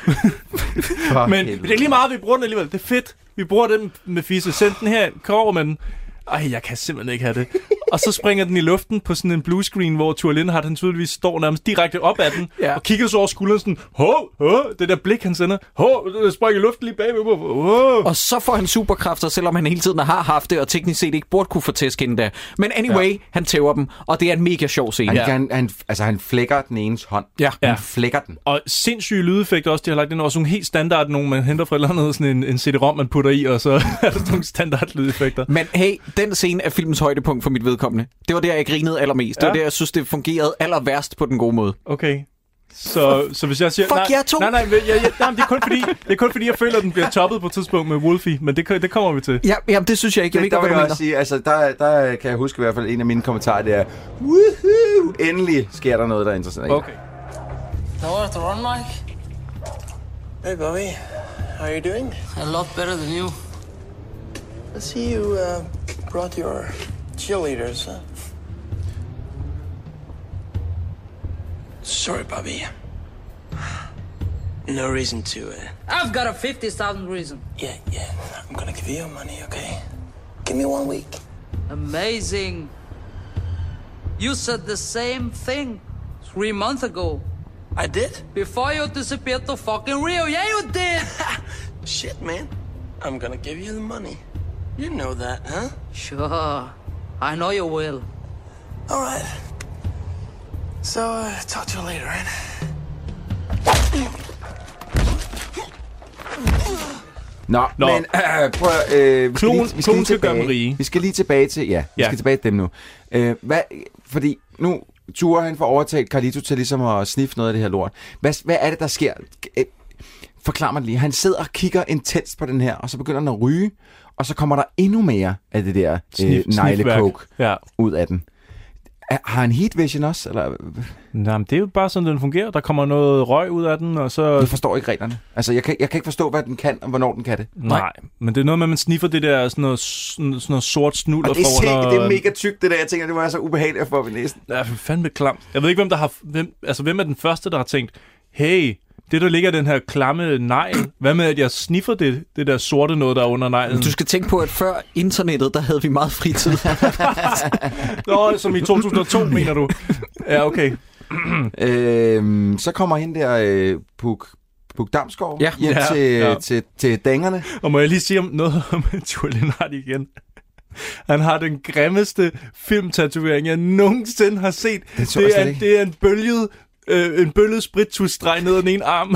Men det er lige meget, vi bruger den alligevel. Det er fedt. Vi bruger den med fisse. Send den her, kom over med den. ej, jeg kan simpelthen ikke have det. Og så springer den i luften på sådan en blue screen, hvor Thure Lindhardt, han tydeligvis står nærmest direkte op ad den, ja. og kigger så over skulderen sådan, hå, hå, det der blik, han sender, hå, det springer i luften lige bagved mig, hå.
Og så får han superkræfter, selvom han hele tiden har haft det, og teknisk set ikke burde kunne få tæsk inden da. Men anyway, ja. han tæver dem, og det er en mega sjov scene.
Han,
ja.
han, han, altså, han flækker den enes hånd.
Ja.
Han
ja.
flækker den.
Og sindssyge lydeffekter også, de har lagt den også nogle helt standard, nogle man henter fra et eller andet, sådan en, en C D-rom, man putter i, og så er der nogle standard lydeffekter.
Men hey, den scene er filmens højdepunkt for mit vedkommende. Det var der, jeg grinede allermest. Ja. Det var der, jeg synes, det fungerede aller værst på den gode måde.
Okay. Så, så hvis jeg siger...
Fuck
nej,
jer to!
Nej, nej, jeg, jeg, nej, det er kun fordi, det er kun fordi, jeg føler, at den bliver toppet på et tidspunkt med Wolfie, men det, det kommer vi til.
Ja, jamen, det synes jeg ikke. Jeg ved ikke,
der
hvad
vil
du
jeg
mener.
også sige, altså, der, der kan jeg huske i hvert fald en af mine kommentarer, det er, woohoo, endelig sker der noget, der er interessant.
Okay.
Know what to run, Mike?
Hey, Bobby. How are you doing?
A lot better than you.
I see you uh, brought your cheerleaders, huh? Sorry, Bobby. No reason to, uh...
I've got a fifty thousand reason.
Yeah, yeah. I'm gonna give you your money, okay? Give me one week.
Amazing. You said the same thing three months ago.
I did?
Before you disappeared to fucking Rio. Yeah, you did!
Shit, man. I'm gonna give you the money. You know that, huh?
Sure. I know you will.
All right. So, uh, talk to you later, right?
Nå,
Nå.
men øh, prøv øh, vi skal
Klon-
lige, vi skal
klon
lige
skal gøre dem
tilbage.
rige.
Vi skal lige tilbage til, ja, vi
Ja.
skal tilbage til dem nu. Øh, hvad, fordi nu, Thure, han får overtalt Carlito til ligesom at sniffe noget af det her lort. Hvad, hvad er det, der sker? Øh, Forklar mig lige. Han sidder og kigger intenst på den her, og så begynder han at ryge, og så kommer der endnu mere af det der øh, neglecoke
ja.
ud af den. Har han heat vision også? Eller?
Nej, men det er jo bare sådan, den fungerer. Der kommer noget røg ud af den, og så...
Jeg forstår ikke reglerne. Altså, jeg kan, jeg kan ikke forstå, hvad den kan, og hvornår den kan det.
Nej, Nej. men det er noget med, at man sniffer det der sådan noget, sådan, sådan noget sort snulder
og det er,
for
under... det er mega tykt, det der. Jeg tænker, det var så ubehageligt at få ved næsen.
Ja, fandme klamt. Jeg ved ikke, hvem der har... Hvem, altså, hvem er den første, der har tænkt, hey, det der ligger den her klamme negl, hvad med, at jeg sniffer det, det der sorte noget, der er under neglen?
Du skal tænke på, at før internettet, der havde vi meget fritid.
Nå, som i to tusind og to, mener du? Ja, okay.
øhm, så kommer hende der, øh, Puk, Puk Damsgaard,
ja.
hjem
ja,
til,
ja.
til, til dængerne.
Og må jeg lige sige om noget om Thure Lindhardt igen? Han har den grimmeste filmtatovering, jeg nogensinde har set.
Det,
det, er, det er en bølget Øh, en bøllet sprittusstreg ned ad den ene arm.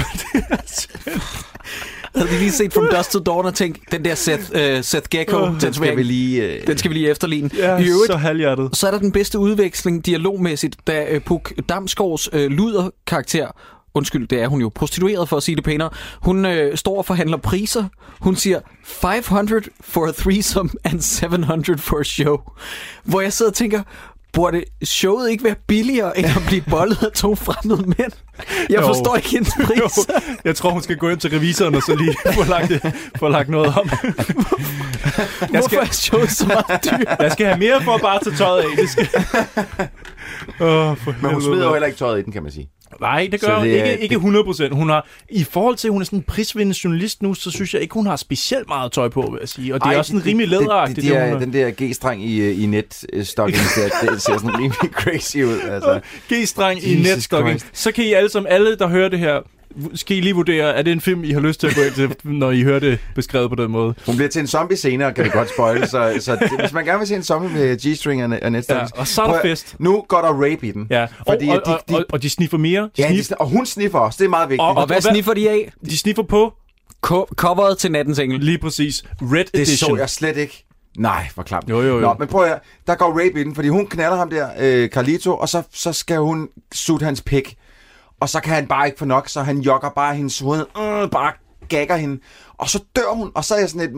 Havde vi lige set From Dusk to Dawn og tænkt, den der Seth, uh, Seth Gecko,
uh, den, skal vi lige, uh...
den skal vi lige efterligne.
Ja,
I øvrigt,
så halvhjertet.
Så er der den bedste udveksling dialogmæssigt, da uh, Puk Damsgaards uh, luder-karakter, undskyld, det er hun jo, prostitueret for at sige det pænere, hun øh, står og forhandler priser. Hun siger five hundred for a threesome and seven hundred for a show. Hvor jeg sidder og tænker, burde showet ikke være billigere, end at blive bollet af to fremmede mænd? Jeg
jo.
forstår ikke hendes pris.
Jeg tror, hun skal gå ind til revisoren og så lige få lagt, få lagt noget om.
Jeg skal, Hvorfor er showet så meget dyrt?
Jeg skal have mere for at bare tage tøjet af. Det skal... oh,
Men hun smider jo heller ikke tøjet i den, kan man sige.
Nej, det gør hun ikke, det... ikke hundrede procent. Hun har, i forhold til, at hun er sådan en prisvindende journalist nu, så synes jeg ikke, hun har specielt meget tøj på, vil jeg sige. Og det Ej, er også sådan rimelig læderagtigt.
Det, det, det, det den der G-streng i, i netstokkingen, det, det ser sådan rimelig crazy ud. Altså.
G-streng i netstokkingen. Så kan I alle som alle, der hører det her, skal I lige vurdere, er det en film, I har lyst til at gå ind til, når I hører det beskrevet på den måde?
Hun bliver til en zombie senere, kan det godt spoile. Så, så det, hvis man gerne vil se en zombie med G-string og netstokkingen.
Ja, og så er der fest.
Nu går der rape i den.
Ja,
fordi
og, og,
de, de,
og, og de sniffer mere. De
ja,
snif...
de, og hun sniffer også. Det er meget vigtigt.
Og, og, og hvad sniffer de af?
De sniffer på...
Co- coveret til Nattens Engel.
Lige præcis. Red
det
Edition.
Så jeg slet ikke. Nej, hvor klamt.
Jo, jo, jo.
Nå, men prøv at der går rape i den, fordi hun knaller ham der, øh, Carlito, og så, så skal hun sutte hans pik. Og så kan han bare ikke få nok, så han jogger bare hendes hoved, øh, bare gagger hende. Og så dør hun, og så er jeg sådan et...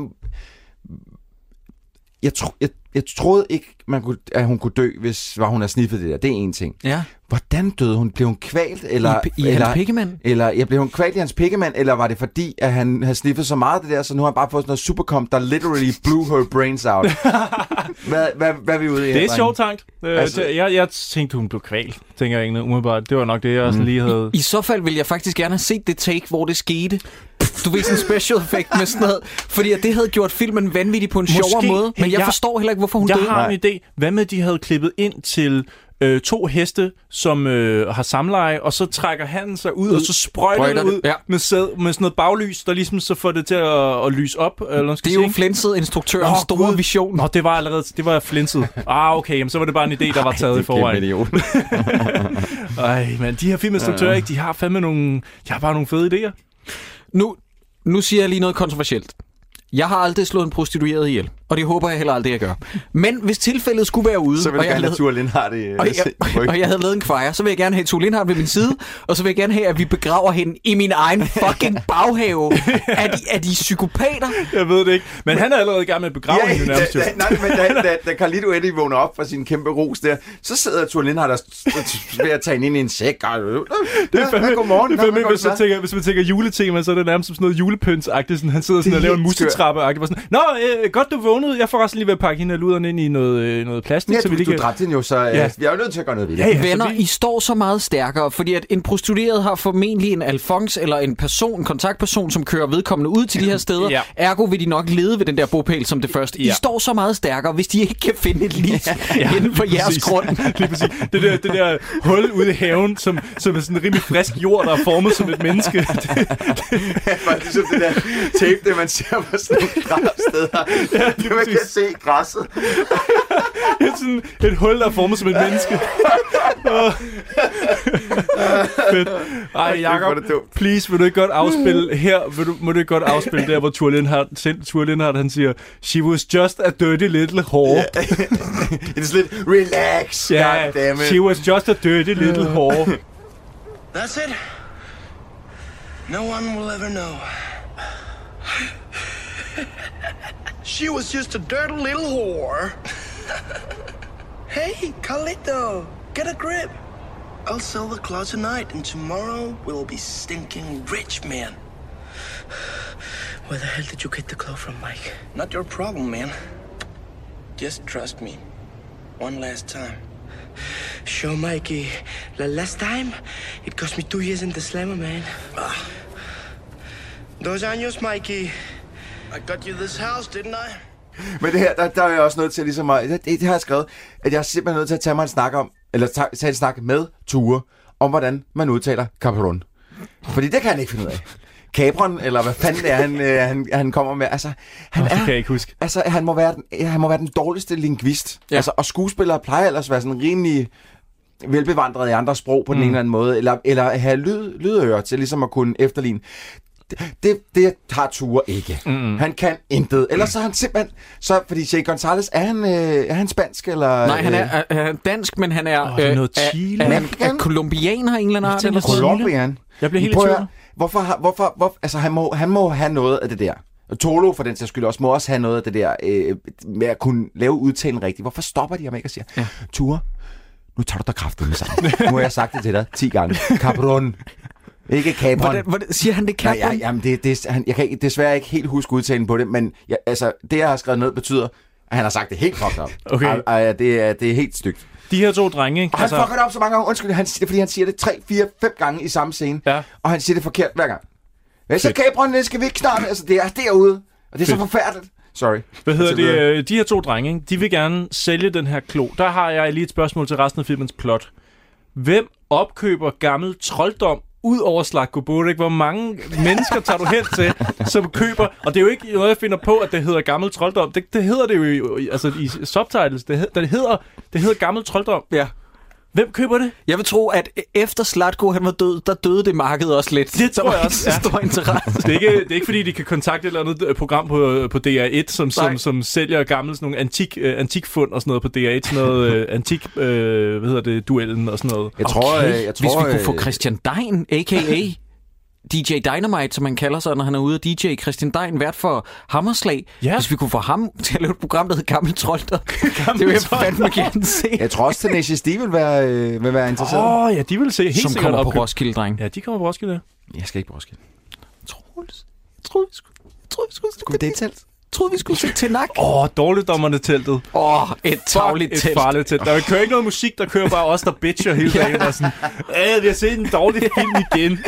Jeg, tro, jeg, jeg troede ikke, man kunne, at hun kunne dø, hvis var hun havde sniffet det der. Det er en ting.
Ja.
Hvordan døde hun? Blev hun kvalt? Eller,
I, i
eller,
hans pikkemand?
Eller ja, blev hun kvalt i hans pikkemand? Eller var det fordi, at han havde sniffet så meget af det der, så nu har han bare fået sådan noget supercomp, der literally blew her brains out? hvad, hvad, hvad er vi ude i
Det
her,
er sjovt tankt. Altså, jeg, jeg tænkte, hun blev kvalt. Tænker jeg egentlig umiddelbart. Det var nok det, jeg sådan lige havde...
I, I så fald vil jeg faktisk gerne have set det take, hvor det skete. du ved, sådan en special effect med sådan noget. Fordi at det havde gjort filmen vanvittig på en
Måske,
sjovere måde. Men jeg,
jeg
forstår heller ikke, hvorfor hun
jeg
døde.
Jeg har en idé. Hvad med, de havde klippet ind til øh, to heste, som øh, har samleje, og så trækker han sig ud, ud. og så sprøjter, sprøjter det ud ja. med, sæd, med sådan noget baglys, der ligesom så får det til at, at lyse op. Eller
det er jo flænset instruktørens store
God.
vision.
Nå, det var allerede, det var flænset. Ah, okay, jamen, så var det bare en idé, der var taget Ej, i forvejen. Ej, men de her filminstruktører, ja. ikke, de har fandme nogle, de har bare nogle fede idéer.
Nu, nu siger jeg lige noget kontroversielt. Jeg har aldrig slået en prostitueret ihjel, og det håber jeg heller aldrig, jeg gør. Men hvis tilfældet skulle være ude...
Så vil jeg gerne have Tue Lindhardt i
og, jeg, og jeg havde lavet en kvejer, så vil jeg gerne have Tue Lindhardt ved min side, og så vil jeg gerne have, at vi begraver hende i min egen fucking baghave. Er de, er de psykopater?
Jeg ved det ikke. Men han er allerede i gang med at begrave ja, hende nærmest.
Da, da, nej, men da, da, da Carlito Eddie vågner op fra sin kæmpe ros der, så sidder Tue Lindhardt og ved at tage hende ind i en sæk. Og,
det er fandme, godmorgen. Det er fandme, hvis, man tænker, hvis man tænker juletema, så er det nærmest som sådan noget julepøns-agtigt. Han sidder sådan og laver en musetrappe-agtigt. Nå, øh, godt du vågnede. Jeg får også lige ved at pakke hende af luderne ind i noget, øh, noget plastik.
Ja,
så
du,
vi lige
du dræbte hende jo, så øh, ja. vi er jo nødt til at gøre noget ved det.
Ja, ja, venner, vi... I står så meget stærkere, fordi at en prostitueret har formentlig en alfons eller en person, en kontaktperson, som kører vedkommende ud til de her steder. Ja. Ergo vil de nok lede ved den der bopæl som det første. Ja. I står så meget stærkere, hvis de ikke kan finde et lig ja. inden for jeres præcis. grund.
Lige præcis. Det der, det der hul ude i haven, som, som er sådan en rimelig frisk jord, der er formet som et menneske. Det, det...
Ja, bare ligesom det der tape, det man ser på sådan nogle steder. Ja, det man kan se græsset.
Det er sådan et hul, der er formet som et menneske. Fedt. Ej, Jacob, please, vil du ikke godt afspille her? Vil du, må du ikke godt afspille der, hvor Tue Lindhardt, Tue Lindhardt, han siger, she was just a dirty little whore.
It's lidt, relax,
yeah, goddammit. She was just a dirty little whore.
That's it. No one will ever know. She was just a dirty little whore. Hey, Carlito, get a grip. I'll sell the cloth tonight, and tomorrow we'll be stinking rich men. Where the hell did you get the cloth from, Mike? Not your problem, man. Just trust me. One last time. Sure, Mikey. The last time, it cost me two years in the slammer, man. Ah. Dos años, Mikey. I got you this house, didn't I?
Men det her, der, der er jeg også nødt til ligesom at, det, det har jeg skrevet, at jeg er simpelthen nødt til at tage mig en snak om, eller tage, tage en snak med Tue, om hvordan man udtaler Capron. Fordi det kan han ikke finde ud af. Capron, eller hvad fanden det er, han, øh, han, han kommer med. Altså, han
oh,
er,
det kan jeg ikke huske.
Altså, han må være den, han må være den dårligste lingvist. Ja. Altså, og skuespillere plejer ellers at være sådan rimelig velbevandret i andre sprog på mm. den ene eller anden måde, eller, eller have lyd, lydører til ligesom at kunne efterligne. Det, det, det tager Tue ikke. Mm-hmm. Han kan intet. Ellers så er han simpelthen... Så, fordi Che González, er han, øh, er han spansk, eller...
Nej, han er, er dansk, men han er...
Oh, øh, noget Chile.
Er, er, er, er kolumbianer af en eller anden art?
Colombian.
Jeg bliver helt i tvivl.
Hvorfor, hvorfor, hvor, altså han må, han må have noget af det der. Tolo, for den sags skyld, også må også have noget af det der, øh, med at kunne lave udtalen rigtigt. Hvorfor stopper de ham ikke og siger, ja. Tue, nu tager du dig kraftigt med sammen. Nu har jeg sagt det til dig ti gange. Capron. Ikke Capron.
Hvordan, hvordan, siger han det Capron?
Nej, ja, jamen det, det, han, jeg kan desværre ikke helt huske udtalen på det, men jeg, altså, det, jeg har skrevet ned, betyder, at han har sagt det helt fucked up.
Okay.
Og, og, det, er, det er helt stygt.
De her to drenge, ikke?
Og han altså... fucker det op så mange gange. Undskyld, han, fordi han siger det tre, fire, fem gange i samme scene.
Ja.
Og han siger det forkert hver gang. Hvad så Capron, det skal vi ikke snart? Altså, det er derude. Og det er Fedt. Så forfærdeligt. Sorry.
Hvad hedder det? De her to drenge, ikke? De vil gerne sælge den her klo. Der har jeg lige et spørgsmål til resten af filmens plot. Hvem opkøber gammel trolddom ud over Zlatko Buric? Hvor mange mennesker tager du hen til, som køber... Og det er jo ikke noget, jeg finder på, at det hedder gammel trolddom. Det, det hedder det jo i, altså, i subtitles. Det, det, hedder, det hedder gammel trolddom.
Ja.
Hvem køber det?
Jeg vil tro, at efter Zlatko han var død, der døde det marked også lidt.
Det tror jeg også.
Ja. Stor interesse.
Det er, ikke, det er ikke fordi, de kan kontakte et eller andet program på, på D R et, som, som, som sælger gamle sådan nogle antik, uh, antikfund og sådan noget på D R et. Sådan noget uh, antik, uh, hvad hedder det, duellen og sådan noget.
Jeg tror,
okay.
jeg, jeg tror,
Hvis vi kunne få Christian Dein, a k a. D J Dynamite, som han kalder sig, når han er ude af D J. Christian Dein, vært for Hammerslag. Ja. Hvis vi kunne få ham til at lave et program, der hedder Gammel Trolder. Det vil jeg fandme gerne se.
Jeg tror også, Tenacious D vil være, øh, vil være interesseret.
Åh, oh, ja, de vil se helt
som
sikkert
kommer
opkøb.
på Roskilde, dreng.
Ja, de kommer på Roskilde.
Jeg skal ikke på Roskilde.
Troels. Jeg troede, vi skulle... Jeg troede, vi skulle...
Skulle vi date telt?
troede, vi skulle se Tenak.
Åh, oh, dårligdommerne-teltet.
Åh, oh, et tavligt
et
telt.
farligt telt. Der kører ikke noget musik, der kører bare os, der bitcher hele dagen. Og sådan, øh, vi har set en dårlig film igen.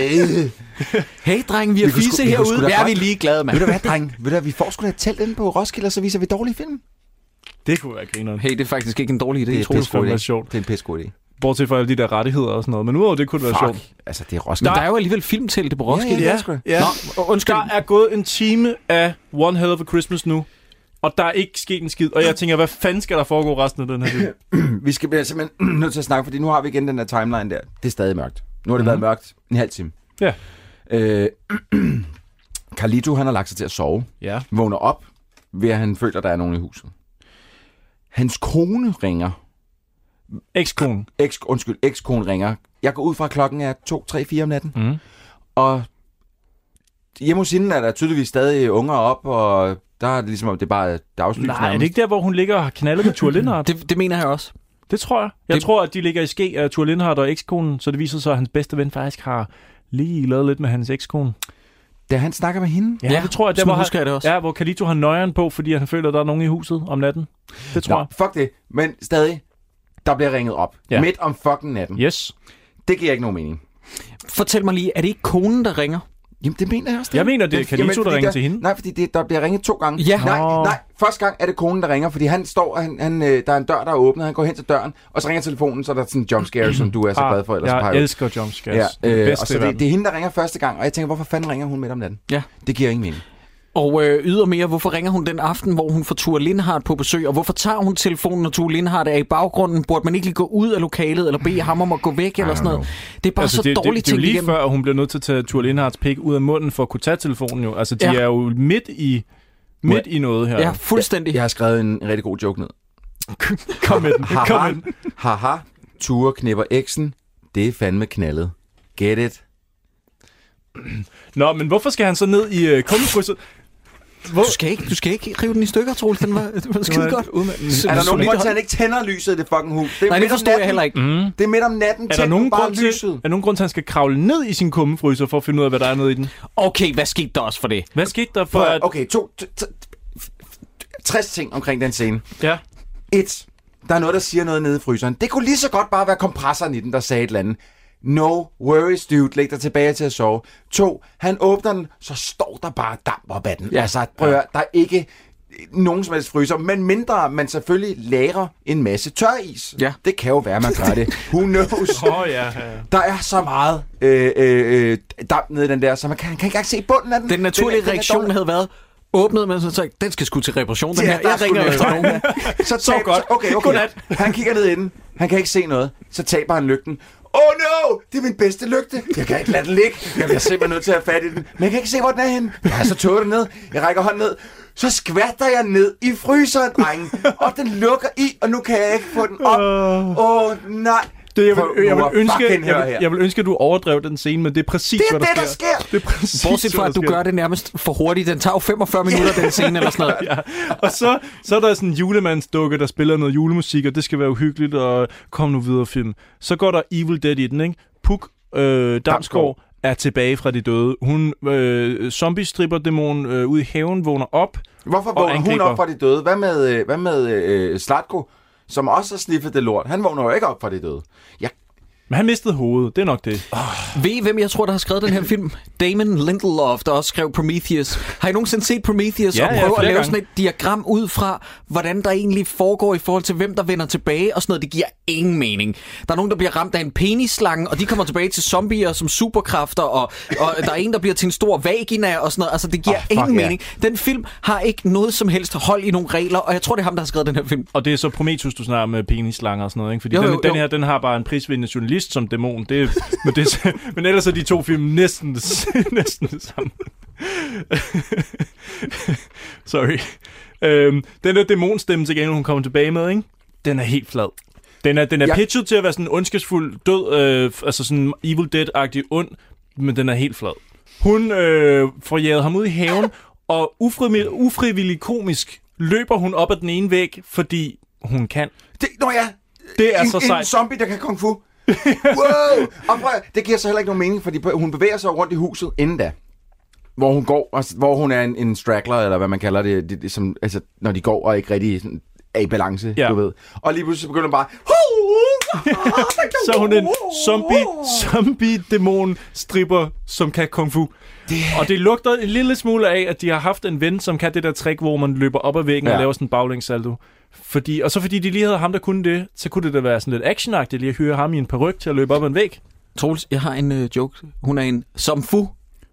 Hey, dreng, vi har fisse herude. Hvad er vi lige glade, mand?
Ved du hvad, dreng? Ved du hvad, vi får sgu da et telt inde på Roskilde, og så viser vi dårlige film.
Det kunne være grineren.
Hey, det er faktisk ikke en dårlig idé.
Det er
det kunne være sjovt.
Det er en pissegod idé.
Bortset fra alle de der rettigheder og sådan noget. Men udover det kunne det være sjovt.
Altså, det er Roskilde.
Men der er jo alligevel filmtelte på Roskilde.
Ja, ja, ja. Nå, undskyld. Der er gået en time af One Hell of a Christmas nu, og der er ikke sket en skid. Og jeg tænker, hvad fanden skal der foregå resten af den her film?
Vi skal blive simpelthen nødt til at snakke, fordi nu har vi igen den der timeline der. Det er stadig mørkt. Nu har det mm-hmm. været mørkt en halv time.
Ja.
Øh, Carlito, han har lagt sig til at sove.
Ja.
Vågner op, ved at han føler, der er nogen i huset. Hans kone ringer.
Ekskone.
Eks, undskyld, ekskone ringer. Jeg går ud fra, klokken er to, tre, fire om natten.
Mm.
Og hjemme hos hende er der tydeligvis stadig unger op, og der er det ligesom, om det er bare dagslys.
Nej, er det ikke der, hvor hun ligger og har knaldet med Thure Lindhardt?
det, det mener jeg også.
Det tror jeg. Jeg det... tror, at de ligger i ske af Thure Lindhardt og ekskonen, så det viser sig, at hans bedste ven faktisk har lige lavet lidt med hans ekskone.
Da han snakker med hende?
Ja, ja det tror jeg. Der, hvor,
husker jeg det også.
Ja, hvor Carlito har nøjeren på, fordi han føler, at der er nogen i huset om natten. Det tror
Nå,
jeg.
Fuck det. Men stadig, der bliver ringet op. Ja. Midt om fucking natten.
Yes.
Det giver ikke nogen mening.
Fortæl mig lige, er det ikke konen, der ringer?
Jamen, det mener jeg også. Det.
Jeg mener, det er Carlito, der ringer
der,
til hende.
Nej, fordi det, der bliver ringet to gange.
Ja.
Nej, nej, første gang er det konen, der ringer, fordi han står, han, han, øh, der er en dør, der er åbnet, han går hen til døren, og så ringer telefonen, så er der sådan en jumpscare, som du er så glad for. Ellers
jeg
par
elsker jumpscares.
Ja, øh, og så det, det er hende, der ringer første gang, og jeg tænker, hvorfor fanden ringer hun midt om natten?
Ja.
Det giver ingen mening.
Og øh, ydermere, hvorfor ringer hun den aften, hvor hun får Thure Lindhardt på besøg? Og hvorfor tager hun telefonen, når Thure Lindhardt er i baggrunden? Burde man ikke lige gå ud af lokalet, eller bede ham om at gå væk, eller sådan noget? Det er bare altså, så det, dårligt
ting. Det, det er jo lige
igennem.
før, hun bliver nødt til at tage Thure Lindhardts pik ud af munden for at kunne tage telefonen jo. Altså, de ja. er jo midt i midt i noget her.
Ja, fuldstændig.
Jeg, jeg har skrevet en rigtig god joke ned.
Kom med den. Kom med den.
Haha, Thure knipper eksen. Det er fandme knaldet. Get it?
Nå, men hvorfor skal han så ned i uh, kummefrysset?
Hvor? Du, skal ikke, du skal ikke rive den i stykker, Troels. Den var, det var skide godt.
Er der nogen grund til, at han ikke tænder lyset i det fucking hus? Det
Nej, det forstår jeg heller ikke.
Mm. Det er midt om natten.
Er der nogen grund til, er der nogen grund til, at han skal kravle ned i sin kummefryser for at finde ud af, hvad der er nede i den?
Okay, hvad skete der også for det?
Hvad skete der for at...
Okay, to... tres ting omkring den scene.
Ja.
Et. Der er noget, der siger noget nede i fryseren. Det kunne lige så godt bare være kompressoren i den, der sagde et eller andet. No worries, dude. Læg dig tilbage til at sove. To. Han åbner den, så står der bare damp op ad den. Ja. Altså, prøv at høre, der er ikke nogen som helst fryser, men mindre man selvfølgelig lagrer en masse tøris.
Ja.
Det kan jo være, man gør det. Who knows?
Oh, ja, ja.
Der er så meget øh, øh, damp nede i den der, så man kan, kan ikke engang se bunden af den.
Den naturlige den, reaktion den havde været... Åbnede, men så sagde den skal sgu til reparation, den
ja,
her. Jeg ringer efter nogen.
Så, så godt. Okay, okay. Han kigger ned inden. Han kan ikke se noget. Så taber han lygten. Oh no! Det er min bedste lygte. Jeg kan ikke lade den ligge. Jeg bliver simpelthen nødt til at have fat i den. Men jeg kan ikke se, hvor den er henne. Jeg har så tåget ned. Jeg rækker hånden ned. Så skvatter jeg ned i fryseren, drengen. Og den lukker i, og nu kan jeg ikke få den op. Åh, oh, nej.
Det, jeg, vil, jeg, vil ønske, jeg, vil, jeg vil ønske, at du overdrev den scene, men det er præcis,
det er
hvad der,
det,
sker.
der sker.
Det er præcis,
bortset fra, at du gør det nærmest for hurtigt. Den tager jo femogfyrre minutter, den scene eller sådan noget.
Ja. Og så, så er der sådan en julemandsdukke, der spiller noget julemusik, og det skal være uhyggeligt, og kom nu videre film. Så går der Evil Dead i den, ikke? Puk øh, Damsgaard er tilbage fra de døde. Hun, øh, zombie-stripper-dæmon øh, ude i haven, vågner op.
Hvorfor vågner hun op fra de døde? Hvad med, øh, hvad med øh, Zlatko, som også har sniffet det lort? Han vågner jo ikke op fra de døde. Jeg
Men han mistede hovedet, det er nok det.
Oh. Ved I, hvem jeg tror, der har skrevet den her film? Damon Lindelof, der også skrev Prometheus. Har I nogensinde set Prometheus
ja,
og prøve
ja,
at lave
gange.
sådan et diagram ud fra, hvordan der egentlig foregår i forhold til, hvem der vender tilbage og sådan noget? Det giver ingen mening. Der er nogen, der bliver ramt af en penisslange, og de kommer tilbage til zombier som superkræfter, og, og der er en, der bliver til en stor vagina og sådan noget. Altså, det giver oh, ingen yeah. mening. Den film har ikke noget som helst hold i nogle regler, og jeg tror, det er ham, der har skrevet den her film.
Og det er så Prometheus, du snakker med penisslanger og sådan noget, ikke? Fordi jo, den, jo, den her, den har bare en prisvindende journalist som dæmon. Det men, det, men ellers er de to film næsten, næsten det samme. Sorry. Øhm, den der dæmonstemme til gengæld, hun kommer tilbage med, ikke? Den er helt flad. Den er, den er ja. pitchet til at være sådan en ondskabsfuld død, øh, altså sådan Evil Dead-agtig ond, men den er helt flad. Hun øh, får jaget ham ud i haven, og ufri, ufrivillig komisk løber hun op ad den ene væg, fordi hun kan.
Det, nå ja,
det er
en,
så sejt.
En zombie, der kan kung fu. Wow! Og prøv, det giver så heller ikke nogen mening, fordi hun bevæger sig rundt i huset inden da. hvor hun går, og, hvor hun er en, en straggler, eller hvad man kalder det, det, det som, altså, når de går og ikke rigtig sådan, er i balance, ja. du ved. Og lige pludselig begynder hun bare...
Så er hun en zombie, zombie-dæmon stripper, som kan kung fu. Det... Og det lugter en lille smule af, at de har haft en ven, som kan det der trick, hvor man løber op ad væggen ja. og laver sådan en baglængssalto. Fordi, og så fordi de lige havde ham, der kunne det, så kunne det da være sådan lidt actionagtigt lige at hyre ham i en paryk til at løbe op ad en væg.
Troels, jeg har en uh, joke. Hun er en som fu.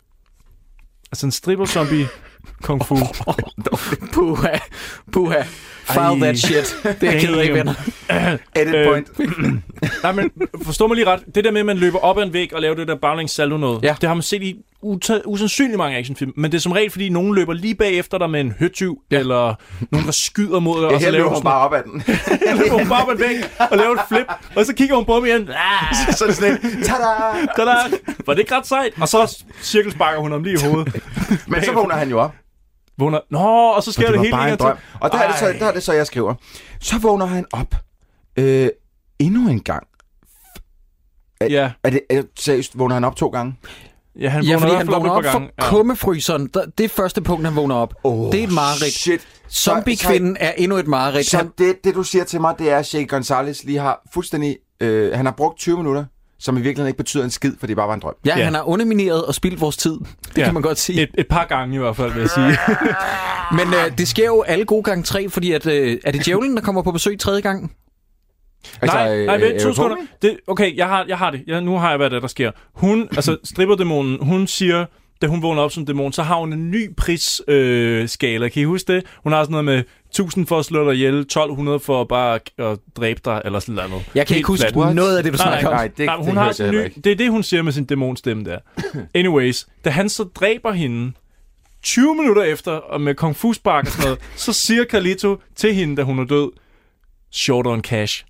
Altså en stripper-zombie kung fu.
Puha, puha. File that shit. Det er ked af, venner.
Edit point.
Nej, men forstå mig lige ret. Det der med, at man løber op ad en væg og laver det der baglængssalto noget, ja. det har man set i uta- usandsynligt mange actionfilm. Men det er som regel, fordi nogen løber lige bagefter dig med en høtyv, ja. eller nogen, der skyder mod dig.
Ja,
og så
løber hun bare op ad den.
Her løber hun bare op ad en væg og laver et flip, og så kigger hun på ham igen.
Så er det sådan en, tada!
Tada! Var det ikke ret sejt? Og så cirkelsparker hun ham lige i hovedet.
Men så vågner han jo op.
Vågner. Nå, og så sker og det, det hele en
drøm. Og der er, det så, der er det så, jeg skriver. Så vågner han op øh, endnu en gang. Er,
ja.
Er det, er det seriøst, vågner han op to gange?
Ja, han vågner, ja, fordi han vågner op for ja. kummefryseren. Det er første punkt, han vågner op. Oh, det er et mareridt.
Shit.
Zombie-kvinden er endnu et mareridt.
Så han... det, det, du siger til mig, det er, at Shay Gonzalez lige har fuldstændig... Øh, han har brugt tyve minutter, som i virkeligheden ikke betyder en skid, for det bare var en drøm.
Ja, ja. Han har undermineret og spildt vores tid. Det ja. kan man godt sige.
Et, et par gange i hvert fald, vil jeg sige.
Men øh, det sker jo alle gode gange tre, fordi at, øh, er det djævlen, der kommer på besøg tredje gang?
Altså, nej, nej, vent, to sekunder. Det, okay, jeg har, jeg har det. Jeg, nu har jeg, hvad der, der sker. Hun, altså stripperdæmonen, hun siger, da hun vågner op som dæmon, så har hun en ny prisskala. Øh, skala. Kan I huske det? Hun har sådan noget med tusind for at slå dig ihjel, tolv hundrede for bare at dræbe dig, eller sådan noget.
Jeg kan ikke huske What? noget af det, du snakker om.
Nej, det,
nej, hun
det,
har
det,
ny, det er det, hun siger med sin dæmonstemme der. Anyways, da han så dræber hende, tyve minutter efter, og med kung fu spark og sådan noget, så siger Carlito til hende, da hun er død, short on cash.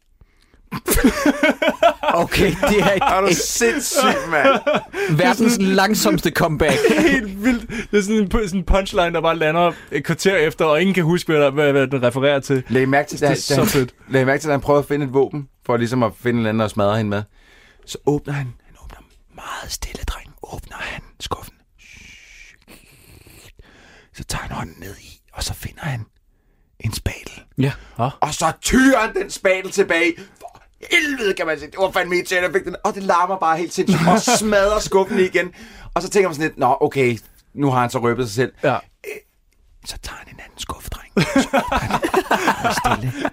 Okay, det er ikke...
Er du sindssygt, mand?
Verdens sådan... langsomste comeback.
Helt vildt. Det er sådan en, sådan en punchline, der bare lander et kvarter efter, og ingen kan huske, hvad, der, hvad, hvad den refererer til.
Læg mærke til, det, det er så fedt. Læg mærke til, at han prøver at finde et våben, for ligesom at finde en anden og smadre hende med. Så åbner han, han åbner meget stille, dreng, åbner han skuffen. Så tager han hånden ned i, og så finder han en spadel.
Ja.
Og så tyrer han den spadel tilbage. For helvede, kan man sige. Det var fandme irriterende, jeg fik den. Og det larmer bare helt sindssygt. Og smadrer skuffen igen. Og så tænker man sådan lidt, nå, okay, nu har han så røbet sig selv.
Ja.
Så tager han en anden skuffe, dreng. Så åbner han. Stille.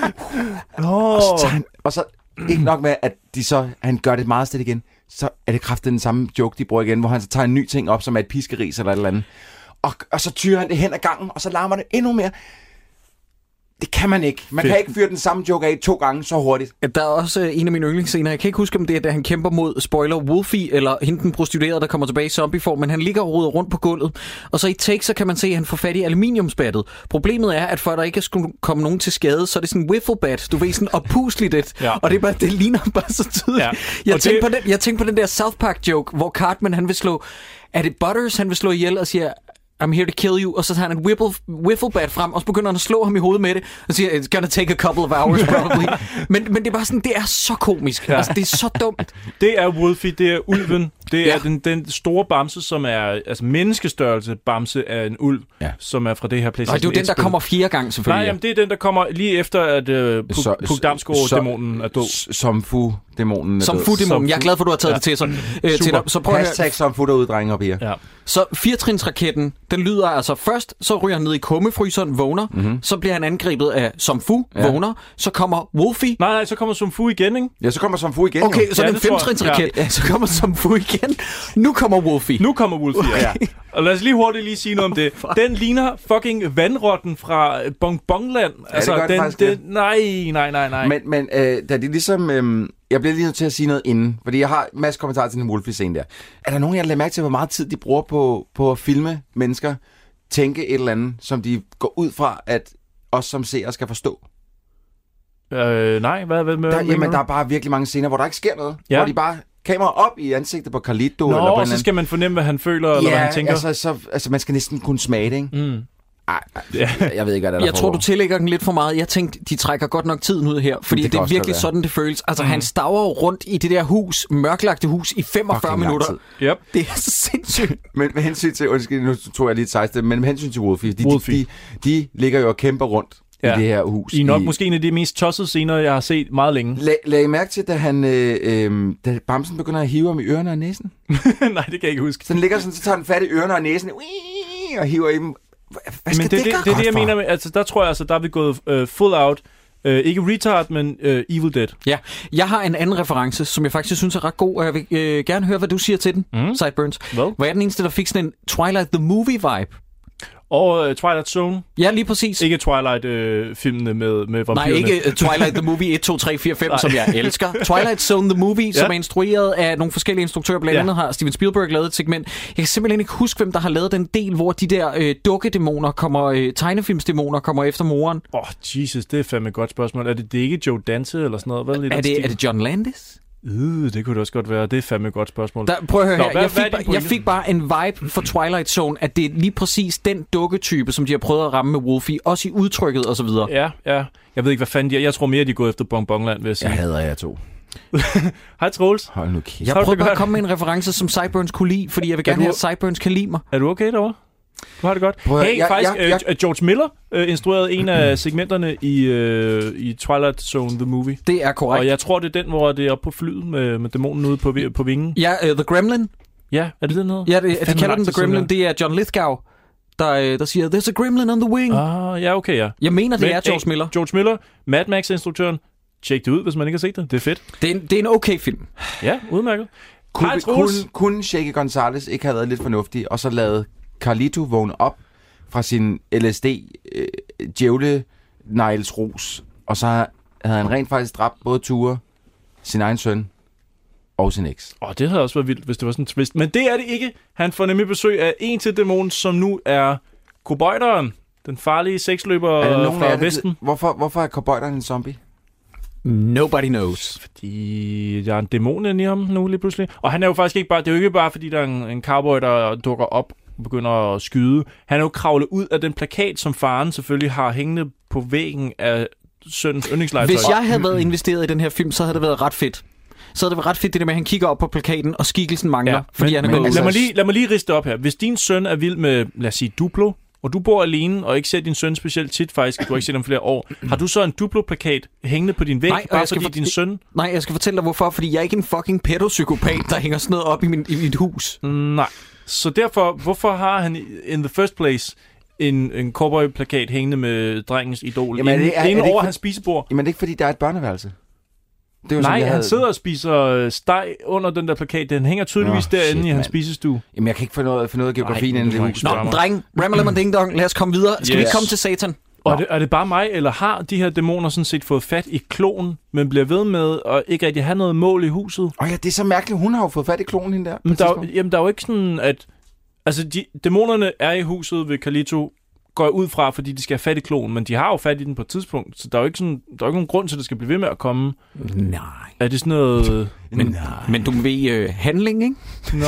Oh.
Og så tager han, og så ikke nok med, at de så, han gør det meget stille igen. Så er det kraftigt den samme joke, de bruger igen, hvor han så tager en ny ting op, som er et piskeris eller et eller andet. Og, og så tyrer han det hen ad gangen, og så larmer det endnu mere. Det kan man ikke. Man Fedt. kan ikke fyre den samme joke af to gange så hurtigt.
Der er også uh, en af mine yndlingsscener. Jeg kan ikke huske, om det er, da han kæmper mod, spoiler, Wolfie, eller hende den prostituerede, der kommer tilbage i zombieform, men han ligger og roder rundt på gulvet. Og så i take, så kan man se, at han får fat i aluminiumsbattet. Problemet er, at for at der ikke skulle komme nogen til skade, så er det sådan en wifflebat. Du ved, sådan oppusligt et. Ja. Og det, er bare, det ligner bare så tydeligt. Ja. Jeg, tænkte det... på den, jeg tænkte på den der South Park joke, hvor Cartman, han vil slå... Er det Butters, han vil slå ihjel og siger... I'm here to kill you, og så tager han en whiffle, wifflebat frem, og så begynder han at slå ham i hovedet med det, og siger, it's gonna take a couple of hours probably. men, men det er bare sådan, det er så komisk. Ja. Altså, det er så dumt.
Det er Wolfie, det er ulven. Det er ja. den, den store bamse, som er altså menneskestørrelse bamse af en ulv, ja. som er fra det her PlayStation.
Og det er jo den, der kommer fire gange, selvfølgelig.
Nej, jamen, det er den, der kommer lige efter, at uh, Puk Damsgaard-dæmonen er død.
Som fu-dæmonen er
Som fu-dæmonen. Jeg er glad for, at du har taget ja. det til sig. Øh, til dig. Så prøv
Hashtag som fu derude, drenge og piger.
Ja.
Så firetrinsraketten, den lyder altså først, så ryger han ned i kummefryseren, vågner, mm-hmm. så bliver han angrebet af Som Fu, ja. vågner, så kommer Wolfie.
Nej, nej, så kommer Som Fu igen, ikke?
Ja, så kommer Som Fu igen.
Okay, jo. så
ja,
den femtrinsraket, ja. ja, så kommer Som Fu igen. Nu kommer Wolfie.
Nu kommer Wolfie, ja. ja. Og lad os lige hurtigt lige sige noget om det. Den ligner fucking vandrotten fra Bonbonland.
Ja, altså, det gør den, det faktisk.
Den, nej, nej, nej, nej.
Men, men øh, da det ligesom... Øh, jeg bliver lige nødt til at sige noget inden, fordi jeg har en masse kommentarer til den Wolfie-scene der. Er der nogen, jeg lader mærke til, hvor meget tid de bruger på, på at filme mennesker, tænke et eller andet, som de går ud fra, at os som seere skal forstå?
Øh, nej, hvad, hvad med
der, Jamen, der er bare virkelig mange scener, hvor der ikke sker noget. Ja. Hvor de bare kamera op i ansigtet på Carlito.
Nå,
eller på
og så skal man fornemme, hvad han føler,
ja,
eller hvad han tænker.
Altså, så, altså man skal næsten kunne smage det, ikke?
Mm.
Ej, ja. jeg ved ikke, hvad der er, der
Jeg tror, du tillægger den lidt for meget. Jeg tænkte, de trækker godt nok tiden ud her, fordi det, det er virkelig sådan, det føles. Altså, mm. han staver rundt i det der hus, mørklagte hus, i femogfyrre
Fucking
minutter.
Yep.
Det er så sindssygt.
Men med hensyn til, undskyld, nu tror jeg lige et sejste, men med hensyn til Wolfie, de, de, de, de ligger jo og kæmper rundt ja. i det her hus.
I er nok i... måske en af de mest tossede scener, jeg har set meget længe.
Lag, lag I mærke til, da, han, øh, øh, da Bamsen begynder at hive ham i ørerne og næsen?
Nej, det kan jeg ikke huske.
Så den ligger sådan, så tager den fat i ørerne og næsen, og hiver i dem. Hvad skal
men det,
det,
det, det, det er det, jeg mener med, altså der tror jeg, altså, der er vi gået uh, full out. Uh, ikke retard, men uh, Evil Dead.
Ja, jeg har en anden reference, som jeg faktisk synes er ret god, og jeg vil uh, gerne høre, hvad du siger til den, mm. Sideburns. Hvad? Hvor er den eneste, der fik sådan en Twilight the Movie-vibe?
Og uh, Twilight Zone.
Ja, lige præcis.
Ikke Twilight-filmene uh, med, med vampyrerne.
Nej, ikke uh, Twilight the Movie et, to, tre, fire, fem, som jeg elsker. Twilight Zone the Movie, ja. som er instrueret af nogle forskellige instruktører. Blandt ja. andet har Steven Spielberg lavet et segment. Jeg kan simpelthen ikke huske, hvem der har lavet den del, hvor de der øh, dukkedæmoner kommer, øh, tegnefilmsdæmoner kommer efter moren.
Åh, oh, Jesus, det er fandme et godt spørgsmål. Er det, det er ikke Joe Dante eller sådan noget? Hvad er,
er, det, er det John Landis?
Øh, det kunne det også godt være. Det er fandme et godt spørgsmål.
Der, prøv at høre
Nå,
her.
hvad,
jeg, fik
hvad
ba- jeg fik bare en vibe for Twilight Zone, at det er lige præcis den dukketype, som de har prøvet at ramme med Wolfie, også i udtrykket og så videre.
Ja, ja. Jeg ved ikke, hvad fanden de er. Jeg tror mere, de er gået efter Bonbonland, vil jeg sige.
Jeg hader jer to.
Hej, Troels.
Hold nu kæft.
Jeg prøver bare at komme med en reference, som Sideburns kunne lide, fordi jeg vil gerne du... have, at Sideburns kan lide mig.
Er du okay derovre? Du har det godt.
Prøv,
hey,
jeg,
faktisk,
jeg, jeg...
Uh, George Miller uh, instruerede en af segmenterne i, uh, i Twilight Zone The Movie.
Det er korrekt.
Og jeg tror, det er den, hvor det er oppe på flyet med, med dæmonen ude på, på vingen.
Ja, uh, The Gremlin.
Ja, er det den hedder?
Ja, det, de kalder den The Gremlin. Det er John Lithgow, der, der siger, there's a gremlin on the wing.
Ah, ja, okay, ja.
Jeg mener, det
Men,
er George Miller.
George Miller, Mad Max-instruktøren. Tjek det ud, hvis man ikke har set det. Det er fedt.
Det er en, det er en okay film.
Ja, udmærket.
Kunne, kunne, kunne Shaky Gonzalez ikke have været lidt fornuftig, og så lavet Carlito vågne op fra sin L S D øh, djævle Niles Ros, og så havde han rent faktisk dræbt både Ture, sin egen søn og sin eks.
Åh, oh, det havde også været vildt, hvis det var sådan en twist. Men det er det ikke. Han får nemlig besøg af en til dæmon, som nu er Cowboyderen, den farlige seksløber fra Vesten.
Hvorfor, hvorfor er Cowboyderen en zombie?
Nobody knows.
Fordi der er en dæmon inde i ham nu lige pludselig. Og han er jo faktisk ikke bare, det er jo ikke bare, fordi der er en, en cowboy, der dukker op og begynder at skyde. Han er jo kravlet ud af den plakat, som faren selvfølgelig har hængende på væggen af sønnens yndlingslegetøj.
Hvis jeg havde været investeret i den her film, så havde det været ret fedt. Så havde det været ret fedt, det der med, at han kigger op på plakaten, og skikkelsen mangler, ja, fordi
men,
han er
men,
gået
lad, mig lige, lad mig lige riste op her. Hvis din søn er vild med, lad os sige, Duplo, og du bor alene, og ikke ser din søn specielt tit faktisk, du har ikke set ham flere år, har du så en Duplo-plakat hængende på din væg,
nej,
bare fordi
for...
din søn...
Nej, jeg skal fortælle dig, hvorfor. Fordi jeg er ikke en fucking pædopsykopat, der hænger sådan noget op i, min, i mit hus.
Nej. Så derfor, hvorfor har han in the first place en, en cowboy-plakat hængende med drengens idol
Jamen,
inde,
er, er,
inde
er over
for... hans spisebord?
Jamen, det er ikke, fordi der er et børneværelse.
Det var nej, sådan, han havde... sidder og spiser steg under den der plakat. Den hænger tydeligvis Nå, derinde shit, i hans spisestue.
Jamen, jeg kan ikke få noget, få noget af geografien inden det hus.
Nå, dreng, rammelammer ding dong. Lad os komme videre. Skal yes. vi ikke komme til Satan?
Og er det, er det bare mig, eller har de her dæmoner sådan set fået fat i klonen, men bliver ved med at ikke rigtig have noget mål i huset?
Åh ja, det er så mærkeligt. Hun har jo fået fat i klonen hende der.
Men der, jamen, der er jo ikke sådan, at... Altså, de, dæmonerne er i huset ved Carlito, går ud fra, fordi de skal have fat i klonen, men de har jo fat i den på et tidspunkt, så der er jo ikke, sådan, der er ikke nogen grund til, at det skal blive ved med at komme.
Nej.
Er det sådan noget...
Men, Nej. men du ved øh, handling, ikke?
Nå,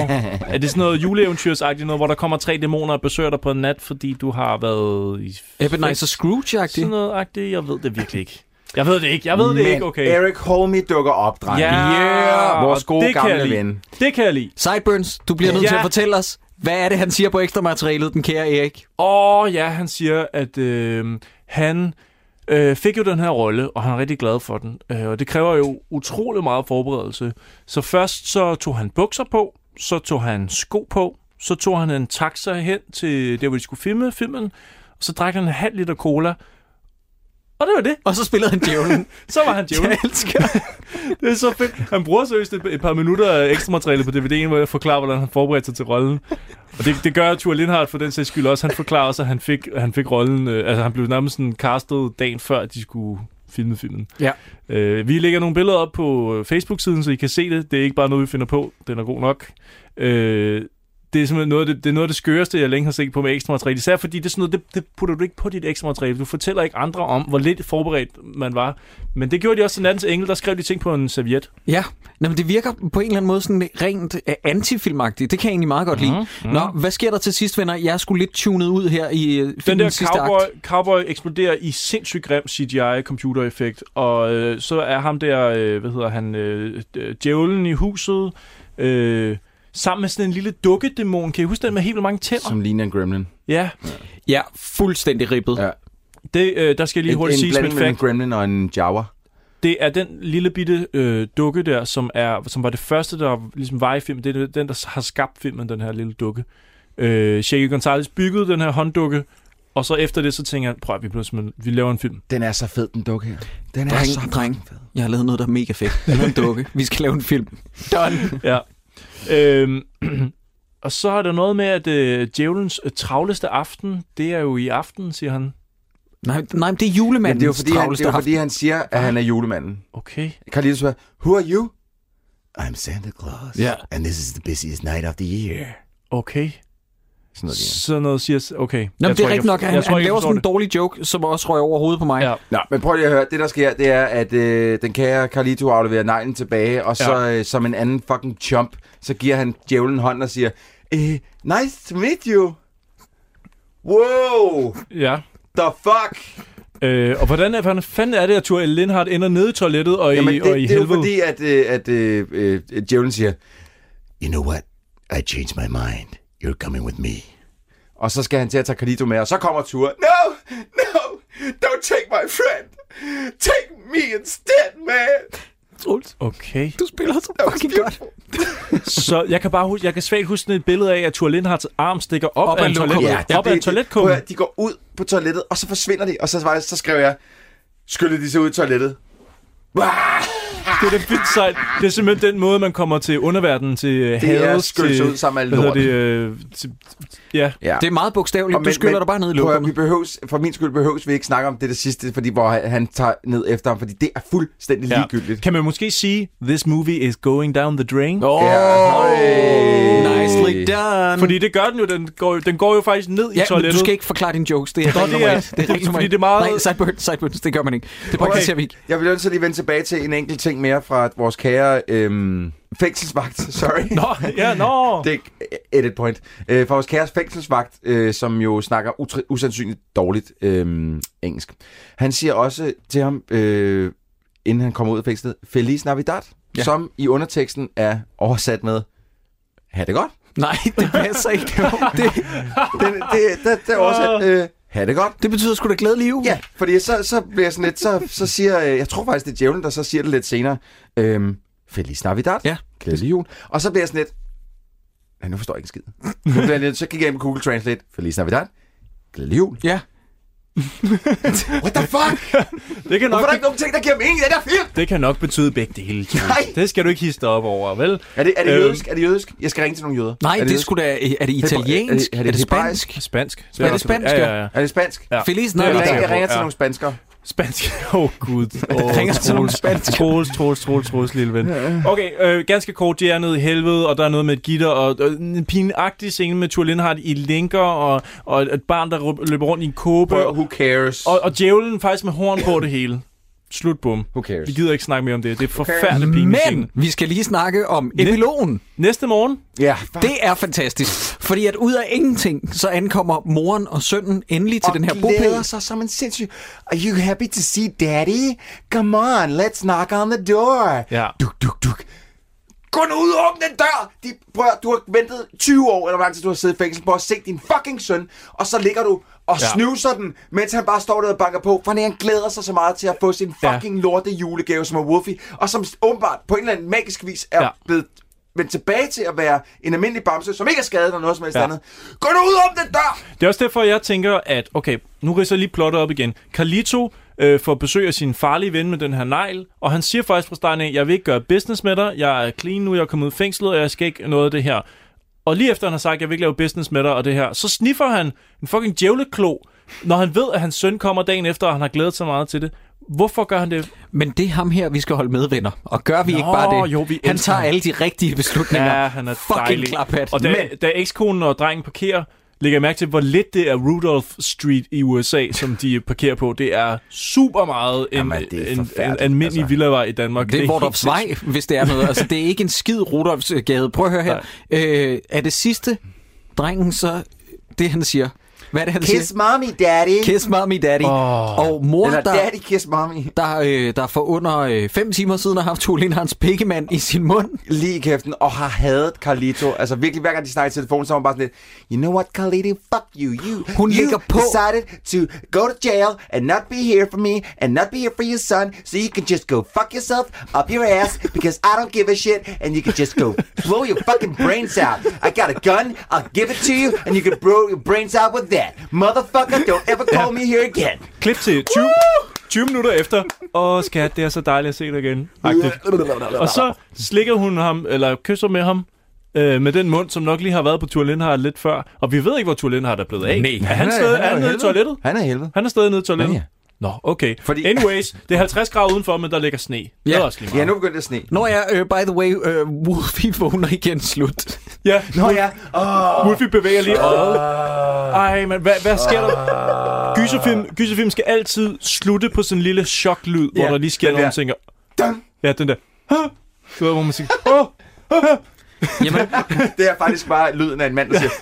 er det sådan noget juleeventyrsagtigt noget, hvor der kommer tre dæmoner og besøger dig på en nat, fordi du har været i...
Ebenezer Scrooge-agtigt?
Sådan noget-agtigt, jeg ved det virkelig ikke. Jeg ved det ikke, jeg ved
men
det ikke, okay.
Erik Holme dukker op, dreng.
Ja,
yeah, vores gode gamle ven.
Det kan jeg lide.
Sideburns, du bliver nødt ja. til at fortælle os, hvad er det, han siger på ekstra materialet, den kære Erik?
Åh, oh, ja, han siger, at øh, han øh, fik jo den her rolle, og han er rigtig glad for den. Øh, og det kræver jo utrolig meget forberedelse. Så først så tog han bukser på, så tog han sko på, så tog han en taxa hen til der, hvor de skulle filme filmen, og så drak han en halv liter cola. Og det var det.
Og så spillede han djævlen.
Så var han djævlen.
Jeg elsker.
Det er så fedt. Han bruger seriøst et, et par minutter af ekstra materiale på D V D'en, hvor jeg forklarer, hvordan han forberedte sig til rollen. Og det, det gør Thure Lindhardt for den sags skyld også. Han forklarer også, at han fik, han fik rollen... Øh, altså, han blev nærmest sådan castet dagen før, at de skulle filme filmen.
Ja.
Øh, vi lægger nogle billeder op på Facebook-siden, så I kan se det. Det er ikke bare noget, vi finder på. Den er god nok. Øh, det er simpelthen noget af det, det, er noget af det skøreste, jeg længe har set på med ekstra materiale. Især fordi det er sådan noget, det, det putter du ikke på dit ekstra materiale. Du fortæller ikke andre om, hvor lidt forberedt man var. Men det gjorde de også til Nattens Engel, der skrev de ting på en serviet.
Ja, Nå, men det virker på en eller anden måde sådan rent antifilmagtigt. Det kan jeg egentlig meget godt lide. Mm-hmm. Nå, hvad sker der til sidst, venner? Jeg er sgu lidt tunet ud her i uh, filmens
Den der
sidste
cowboy,
akt.
cowboy eksploderer i sindssygt grim C G I-computereffekt, og øh, så er ham der, øh, hvad hedder han, øh, djævlen i huset, øh, sammen med sådan en lille dukkedæmon. Kan I huske den med helt mange tænder?
Som ligner en gremlin.
Ja.
Ja, fuldstændig ribbet.
Ja.
Det, øh, der skal jeg lige hurtigt sige som en fact.
En gremlin og en jawa.
Det er den lille bitte øh, dukke der, som er som var det første, der ligesom var i filmen. Det er den, der har skabt filmen, den her lille dukke. Øh, Shaggy Gonzalez byggede den her hånddukke, og så efter det, så tænker jeg, prøv at vi, vi laver en film.
Den er så fed, den dukke her. Den er
dreng,
så
dreng. Fed. Jeg har lavet noget, der er mega fedt. Jeg har lavet en dukke. Vi skal lave en film. Done.
Ja. Øhm, og så er der noget med, at øh, djævelens øh, travleste aften, det er jo i aften, siger han.
Nej, nej, det er julemandens
ja, det er fordi, han, det er fordi, han siger, at han er julemanden.
Okay.
Kan lige spørge, who are you?
I'm Santa Claus,
yeah.
and this is the busiest night of the year.
Okay.
Sådan noget,
sådan noget siger... Okay.
Nå, det er rigtigt nok. Han, han laver sådan en dårlig joke, som også røg over hovedet på mig.
Ja.
Nå, men prøv lige at høre. Det, der sker, det er, at øh, den kære Carlito afleverer neglen tilbage, og så ja. øh, som en anden fucking chump, så giver han djævlen hånd og siger, eh, nice to meet you. Wow.
Ja.
The fuck?
Øh, og hvordan, hvordan fanden er det, at Tore Lindhardt ender nede i toilettet og
Jamen,
i,
det,
og i
det er
helvede?
jo fordi, at, øh, at øh, øh, djævlen siger,
you know what? I changed my mind. You're coming with me.
Og så skal han til at tage Carlito med, og så kommer Tore. No, no, don't take my friend. Take me instead, man.
Okay.
Du spiller så fucking godt.
Så jeg kan bare huske, jeg kan svagt huske sådan et billede af, at Tore Lindhardts arm stikker op, op af en toilet.
Ja,
op af en toiletkumme.
De går ud på toilettet, og så forsvinder de, og så, så skrev jeg, skyller de sig ud i toilettet.
Det er da vildt sejt. Det er simpelthen den måde, man kommer til underverdenen, til havet, til...
ud sammen med
lort. Det, øh, til, ja.
ja.
Det er meget bogstaveligt. Du skyller dig bare ned i luften.
Vi behøves, for min skyld behøves vi ikke snakke om det det sidste, fordi hvor han tager ned efter ham, fordi det er fuldstændig ja. ligegyldigt.
Kan man måske sige, this movie is going down the drain?
Oh,
yeah.
Nicely done.
Fordi det gør den jo. Den går, den går jo faktisk ned
ja,
i toilettet.
Ja, du skal ikke forklare dine jokes. Det er
Nå,
rigtig
det er,
nummer et. Det er rigtig nummer
fordi
et.
det er meget...
Nej, sideburns, sideburns, det gør man ikke. Det okay. ser vi ikke.
Jeg vil også lige vende tilbage til en enkelt ting mere fra vores kære øhm, fængselsvagt. Sorry.
Nå, ja, nå.
Det er edit point. Øh, fra vores kære fængselsvagt, øh, som jo snakker utri- usandsynligt dårligt øh, engelsk. Han siger også til ham, øh, inden han kommer ud af fængslet, Feliz Navidad, ja. som i underteksten er oversat med, ha' det godt.
Nej, det passer ikke. det,
det, det, det, det er oversat, øh, ha' det godt.
Det betyder sgu da glædelig jul.
Ja, fordi så, så bliver sådan lidt, så, så siger, jeg tror faktisk, det er djævlen, der så siger det lidt senere, øhm, Feliz Navidad,
ja.
glædelig jul. Og så bliver jeg sådan lidt, nej, nu forstår jeg ikke en skid. Nu bliver jeg lidt, så kigger jeg ind på Google Translate, Feliz Navidad, glædelig jul.
Ja.
What the fuck?
Det kan nok
Hvorfor er der ikke nogen ting, der giver mening i den her film?
Det kan nok betyde begge dele.
Nej.
Det skal du ikke hisse op over, vel?
Er det, er det jødisk? Er det jødisk? Jeg skal ringe til nogle jøder.
Nej,
er
det, det skulle da... Er det italiensk?
Er det, er det, er det spansk?
Spansk.
Er det spansk?
Ja, ja, ja.
Er det spansk?
Ja.
Feliz
Navidad.
Navidad.
Jeg ringer til nogle spanskere.
Spansk. Åh, oh, gud. Oh,
ringer til nogle spansk.
Troels, Troels, Troels, Troels, lille ven. Okay, øh, ganske kort. De er nede i helvede, og der er noget med et gitter, og, og en pinagtig scene med Tore Lindhardt i lænker, og, og et barn, der løber rundt i en kåbe.
Well, who cares?
Og, og djævlen faktisk med horn på det hele. Slut, bum.
Who cares?
Vi gider ikke snakke mere om det. Det er forfærdeligt pinligt.
Men vi skal lige snakke om epilogen.
Næste morgen.
Ja.
Det er fantastisk. Fordi at ud af ingenting, så ankommer moren og sønnen endelig til
og
den her bopæl.
Og glæder sig som en sindssyg. Are you happy to see daddy? Come on, let's knock on the door.
Ja.
Duk, duk, duk. Gå nu ud og åbne den dør! De, prøv, du har ventet tyve år, eller hvor lang tid du har siddet i fængsel, på at se din fucking søn, og så ligger du og ja. snuser den, mens han bare står der og banker på, for han glæder sig så meget til at få sin fucking ja. lorte julegave, som er Wolfie, og som åbenbart på en eller anden magisk vis er ja. blevet vendt tilbage til at være en almindelig bamse, som ikke er skadet eller noget som helst ja. andet. Gå nu ud og åbne den dør!
Det er også derfor, jeg tænker, at okay, nu ridser jeg lige plottet op igen. Carlito øh, får besøg af sin farlige ven med den her negl, og han siger faktisk fra starten af, jeg vil ikke gøre business med dig, jeg er clean nu, jeg er kommet ud af fængslet, og jeg skal ikke noget af det her. Og lige efter han har sagt, jeg vil ikke lave business med dig og det her, så sniffer han en fucking djævleklo, når han ved, at hans søn kommer dagen efter, og han har glædet sig meget til det. Hvorfor gør han det?
Men det er ham her, vi skal holde med, venner. Og gør vi
Nå,
ikke bare det?
Jo, vi
han tager alle de rigtige beslutninger.
Ja, han er
fucking
dejlig.
klaphat.
Og da,
Men...
da ekskonen og drengen parkerer, lægger jeg mærke til, hvor lidt det er Rudolph Street i U S A, som de parkerer på. Det er super meget en,
Jamen, det er
en, en
forfærdeligt,
almindelig
altså.
villavej i Danmark.
Det er Rudolphs vej, hvis det er noget. Altså, det er ikke en skid Rudolphs gade. Prøv at høre her. Øh, er det sidste drengen så det, han siger? Hvad er det, han
Kiss
siger?
mommy, daddy.
Kiss mommy, daddy.
Oh.
Og mor,
Eller
der,
daddy, kiss mommy.
der, øh, der for under øh, fem timer siden har haft Tove Lindhards pikkemand i sin mund.
Lige i kæften, og har hadet Carlito. Altså virkelig, hver gang de snakker i telefonen, så var hun bare sådan lidt, you know what, Carlito, fuck you. You,
Hun
you
ligger på.
decided to go to jail and not be here for me and not be here for your son, so you can just go fuck yourself up your ass because I don't give a shit and you can just go blow your fucking brains out. I got a gun, I'll give it to you and you can blow your brains out with that. Motherfucker, don't ever call me here again.
Klip til tyve, tyve minutter efter. Åh, skat, det er så dejligt at se dig igen. Agtigt. Og så slikker hun ham, eller kysser med ham, øh, med den mund, som nok lige har været på Tove Lindhardt lidt før. Og vi ved ikke, hvor Tove Lindhardt er blevet af.
Nej.
Er han, stadig, er han nede i toilettet?
Han er helvede.
Han er stadig nede i toilettet?
Ja, ja.
Nå, okay.
Fordi...
Anyways, det er halvtreds grader udenfor, men der ligger sne. Det
Ja.
er også lige meget.
Ja, nu begynder det at sne.
Nå ja, uh, by the way, uh, Wolfie vågner igen slut.
Ja,
Nå ja. Oh.
Wolfie bevæger lige øjet. Ej, men hvad, hvad sker der? Gyserfilm, gyserfilm skal altid slutte på sådan en lille choklyd, hvor
Ja,
der lige sker
den
noget, man
der.
tænker...
Dun.
Ja, den der... Du ved, hvor man siger... Åh!
Jamen,
Det er faktisk bare lyden af en mand, der siger,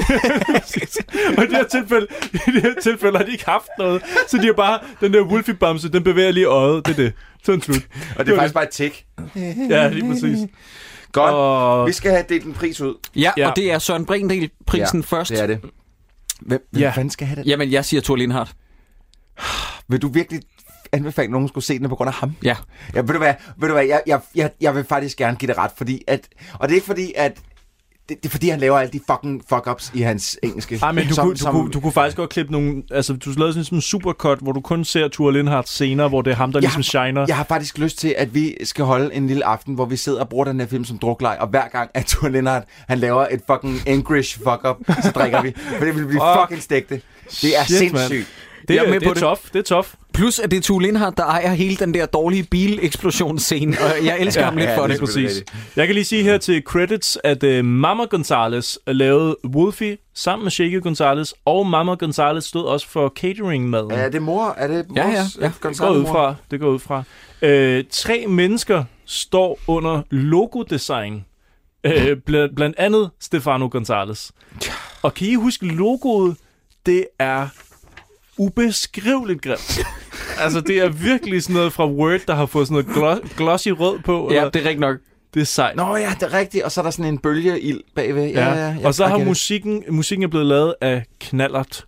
Og i det her tilfælde, i det her tilfælde har de ikke haft noget, så de har bare... Den der Wolfie-bamse, den bevæger lige øjet. Det er det. Sådan slut.
og det er faktisk bare et tik.
Ja, lige præcis.
Godt.
Og...
Vi skal have delt en pris ud.
ja,
Ja.
og det er Søren Brindel-prisen først.
det er det. Hvem, hvem
Ja.
fanden skal have det?
Jamen, jeg siger Tove Lindhardt.
Vil du virkelig anbefale, at nogen skulle se den på grund af ham?
Ja.
Ja, ved du hvad, ved du hvad jeg, jeg, jeg, jeg vil faktisk gerne give det ret, fordi at, og det er ikke fordi, at det, det er fordi, han laver alle de fucking fuck-ups i hans engelske.
Ej, men du,
som,
kunne, du,
som,
kunne, du kunne faktisk godt klippe nogle... Altså, du lavede sådan en supercut, hvor du kun ser Tove Lindhardt scener, hvor det er ham, der
jeg
ligesom
har,
shiner.
Jeg har faktisk lyst til, at vi skal holde en lille aften, hvor vi sidder og bruger den her film som drukleg, og hver gang, at Tove Lindhardt, han laver et fucking English fuck-up, så drikker vi. For det vil blive
Åh,
fucking stegte. Det er
shit,
sindssygt.
Det
Jeg er
er,
med
det er
på det.
tough, det er tough.
Plus, at det er Tove Lindhardt, der ejer hele den der dårlige bileksplossionsscene, og jeg elsker ham lidt
ja,
for
det
det.
er selvfølgelig
Præcis. Jeg kan lige sige her til credits, at uh, Mama Gonzalez lavede Wolfie sammen med Shaky Gonzalez, og Mama Gonzalez stod også for catering-maden.
Er det mor? Er det mors?
Ja, ja, ja.
Det går ud fra. Det går ud fra. Øh, tre mennesker står under logodesign. Øh, bl- blandt andet Stefano Gonzalez. Og kan I huske logoet? Det er ubeskriveligt grimt. Altså, det er virkelig sådan noget fra Word, der har fået sådan noget glo- glossy rød på.
Ja,
eller?
det er rigtigt nok.
Det er sejt.
Nå ja, det er rigtigt. Og så er der sådan en bølgeild bagved. Ja, ja, ja.
Og så
jeg
har
get it.
musikken, musikken er blevet lavet af Knallert.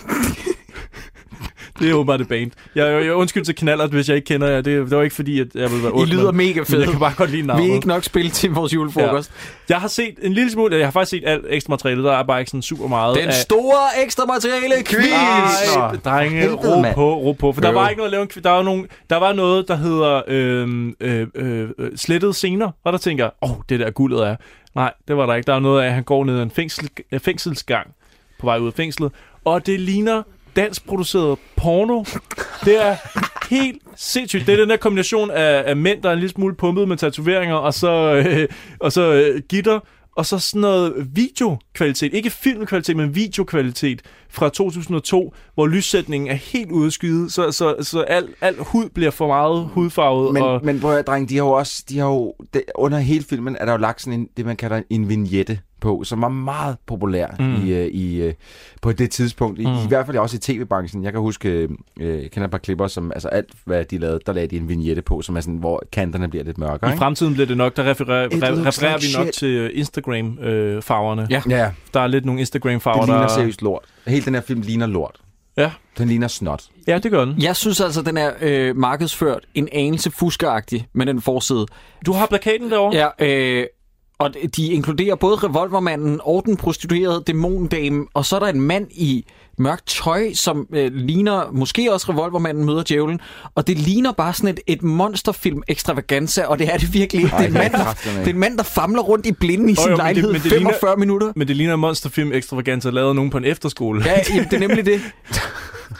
Det er åbenbart et band. Jeg, jeg, jeg undskyld til Knallert, hvis jeg ikke kender jer. Det, det var ikke fordi, at jeg vil være
I
ond,
lyder
men-
mega
men
fede.
Jeg kan bare godt lide navnet.
Vi er ikke nok spille til vores julefrokost.
Ja. Jeg har set en lille smule, jeg har faktisk set alt ekstra materiale, der er bare ikke sådan super meget
Den
af...
store ekstra materiale quiz!
Ej, drenge,
Helvede,
ro
mand.
på, ro på. For der
Øv.
var ikke noget at lave en quiz. Der var, nogle, der var noget, der hedder øh, øh, øh, slettede scener, og der tænker jeg, åh, oh, det der guldet er. Nej, det var der ikke. Der er noget af, at han går ned ad en fængsel, fængselsgang på vej ud af fængslet, og det ligner dansk produceret porno. Det er helt sindssygt. Det er den der kombination af, af mænd, der er en lille smule pumpet med tatoveringer, og så, øh, og så øh, gitter, og så sådan noget videokvalitet. Ikke filmkvalitet, men videokvalitet fra to tusind og to, hvor lyssætningen er helt ude at skyde, så, så, så al, al hud bliver for meget hudfarvet.
Men,
og...
men prøv at høre, dreng, de har jo også, de har jo, det, under hele filmen er der jo lagt sådan en, det man kalder en vignette på, som var meget populær mm. i, i, i, på det tidspunkt, i, mm. i hvert fald også i tv-branchen. Jeg kan huske, øh, jeg kender et par klipper, som altså alt, hvad de lavede, der lagde de en vignette på, som er sådan, hvor kanterne bliver lidt mørkere.
I fremtiden bliver det nok, der refererer,
It
re-
looks
refererer
like
vi nok
shit.
til Instagram-farverne.
Ja.
Ja,
Der er lidt nogle Instagram-farver,
det ligner
der...
seriøst lort. Hele den her film ligner lort.
Ja.
Den ligner snot.
Ja, det gør den.
Jeg synes altså, den er øh, markedsført en anelse fuskeagtig med den forside.
Du har plakaten derovre?
Ja, øh, og de inkluderer både revolvermanden og den prostituerede dæmondame, og så er der en mand i mørkt tøj, som øh, ligner måske også revolvermanden møder djævlen, og det ligner bare sådan et, et monsterfilm extravaganza, og det er det virkelig.
Ej,
det, er en mand,
det er
der,
kraftedeme.
det er en mand, der famler rundt i blinde i
Åh,
sin
jo, men det-
lejlighed
men det
femogfyrre minutter.
Men det ligner en monsterfilm extravaganza lavet af nogen på en efterskole.
Ja, jamen, det er nemlig det.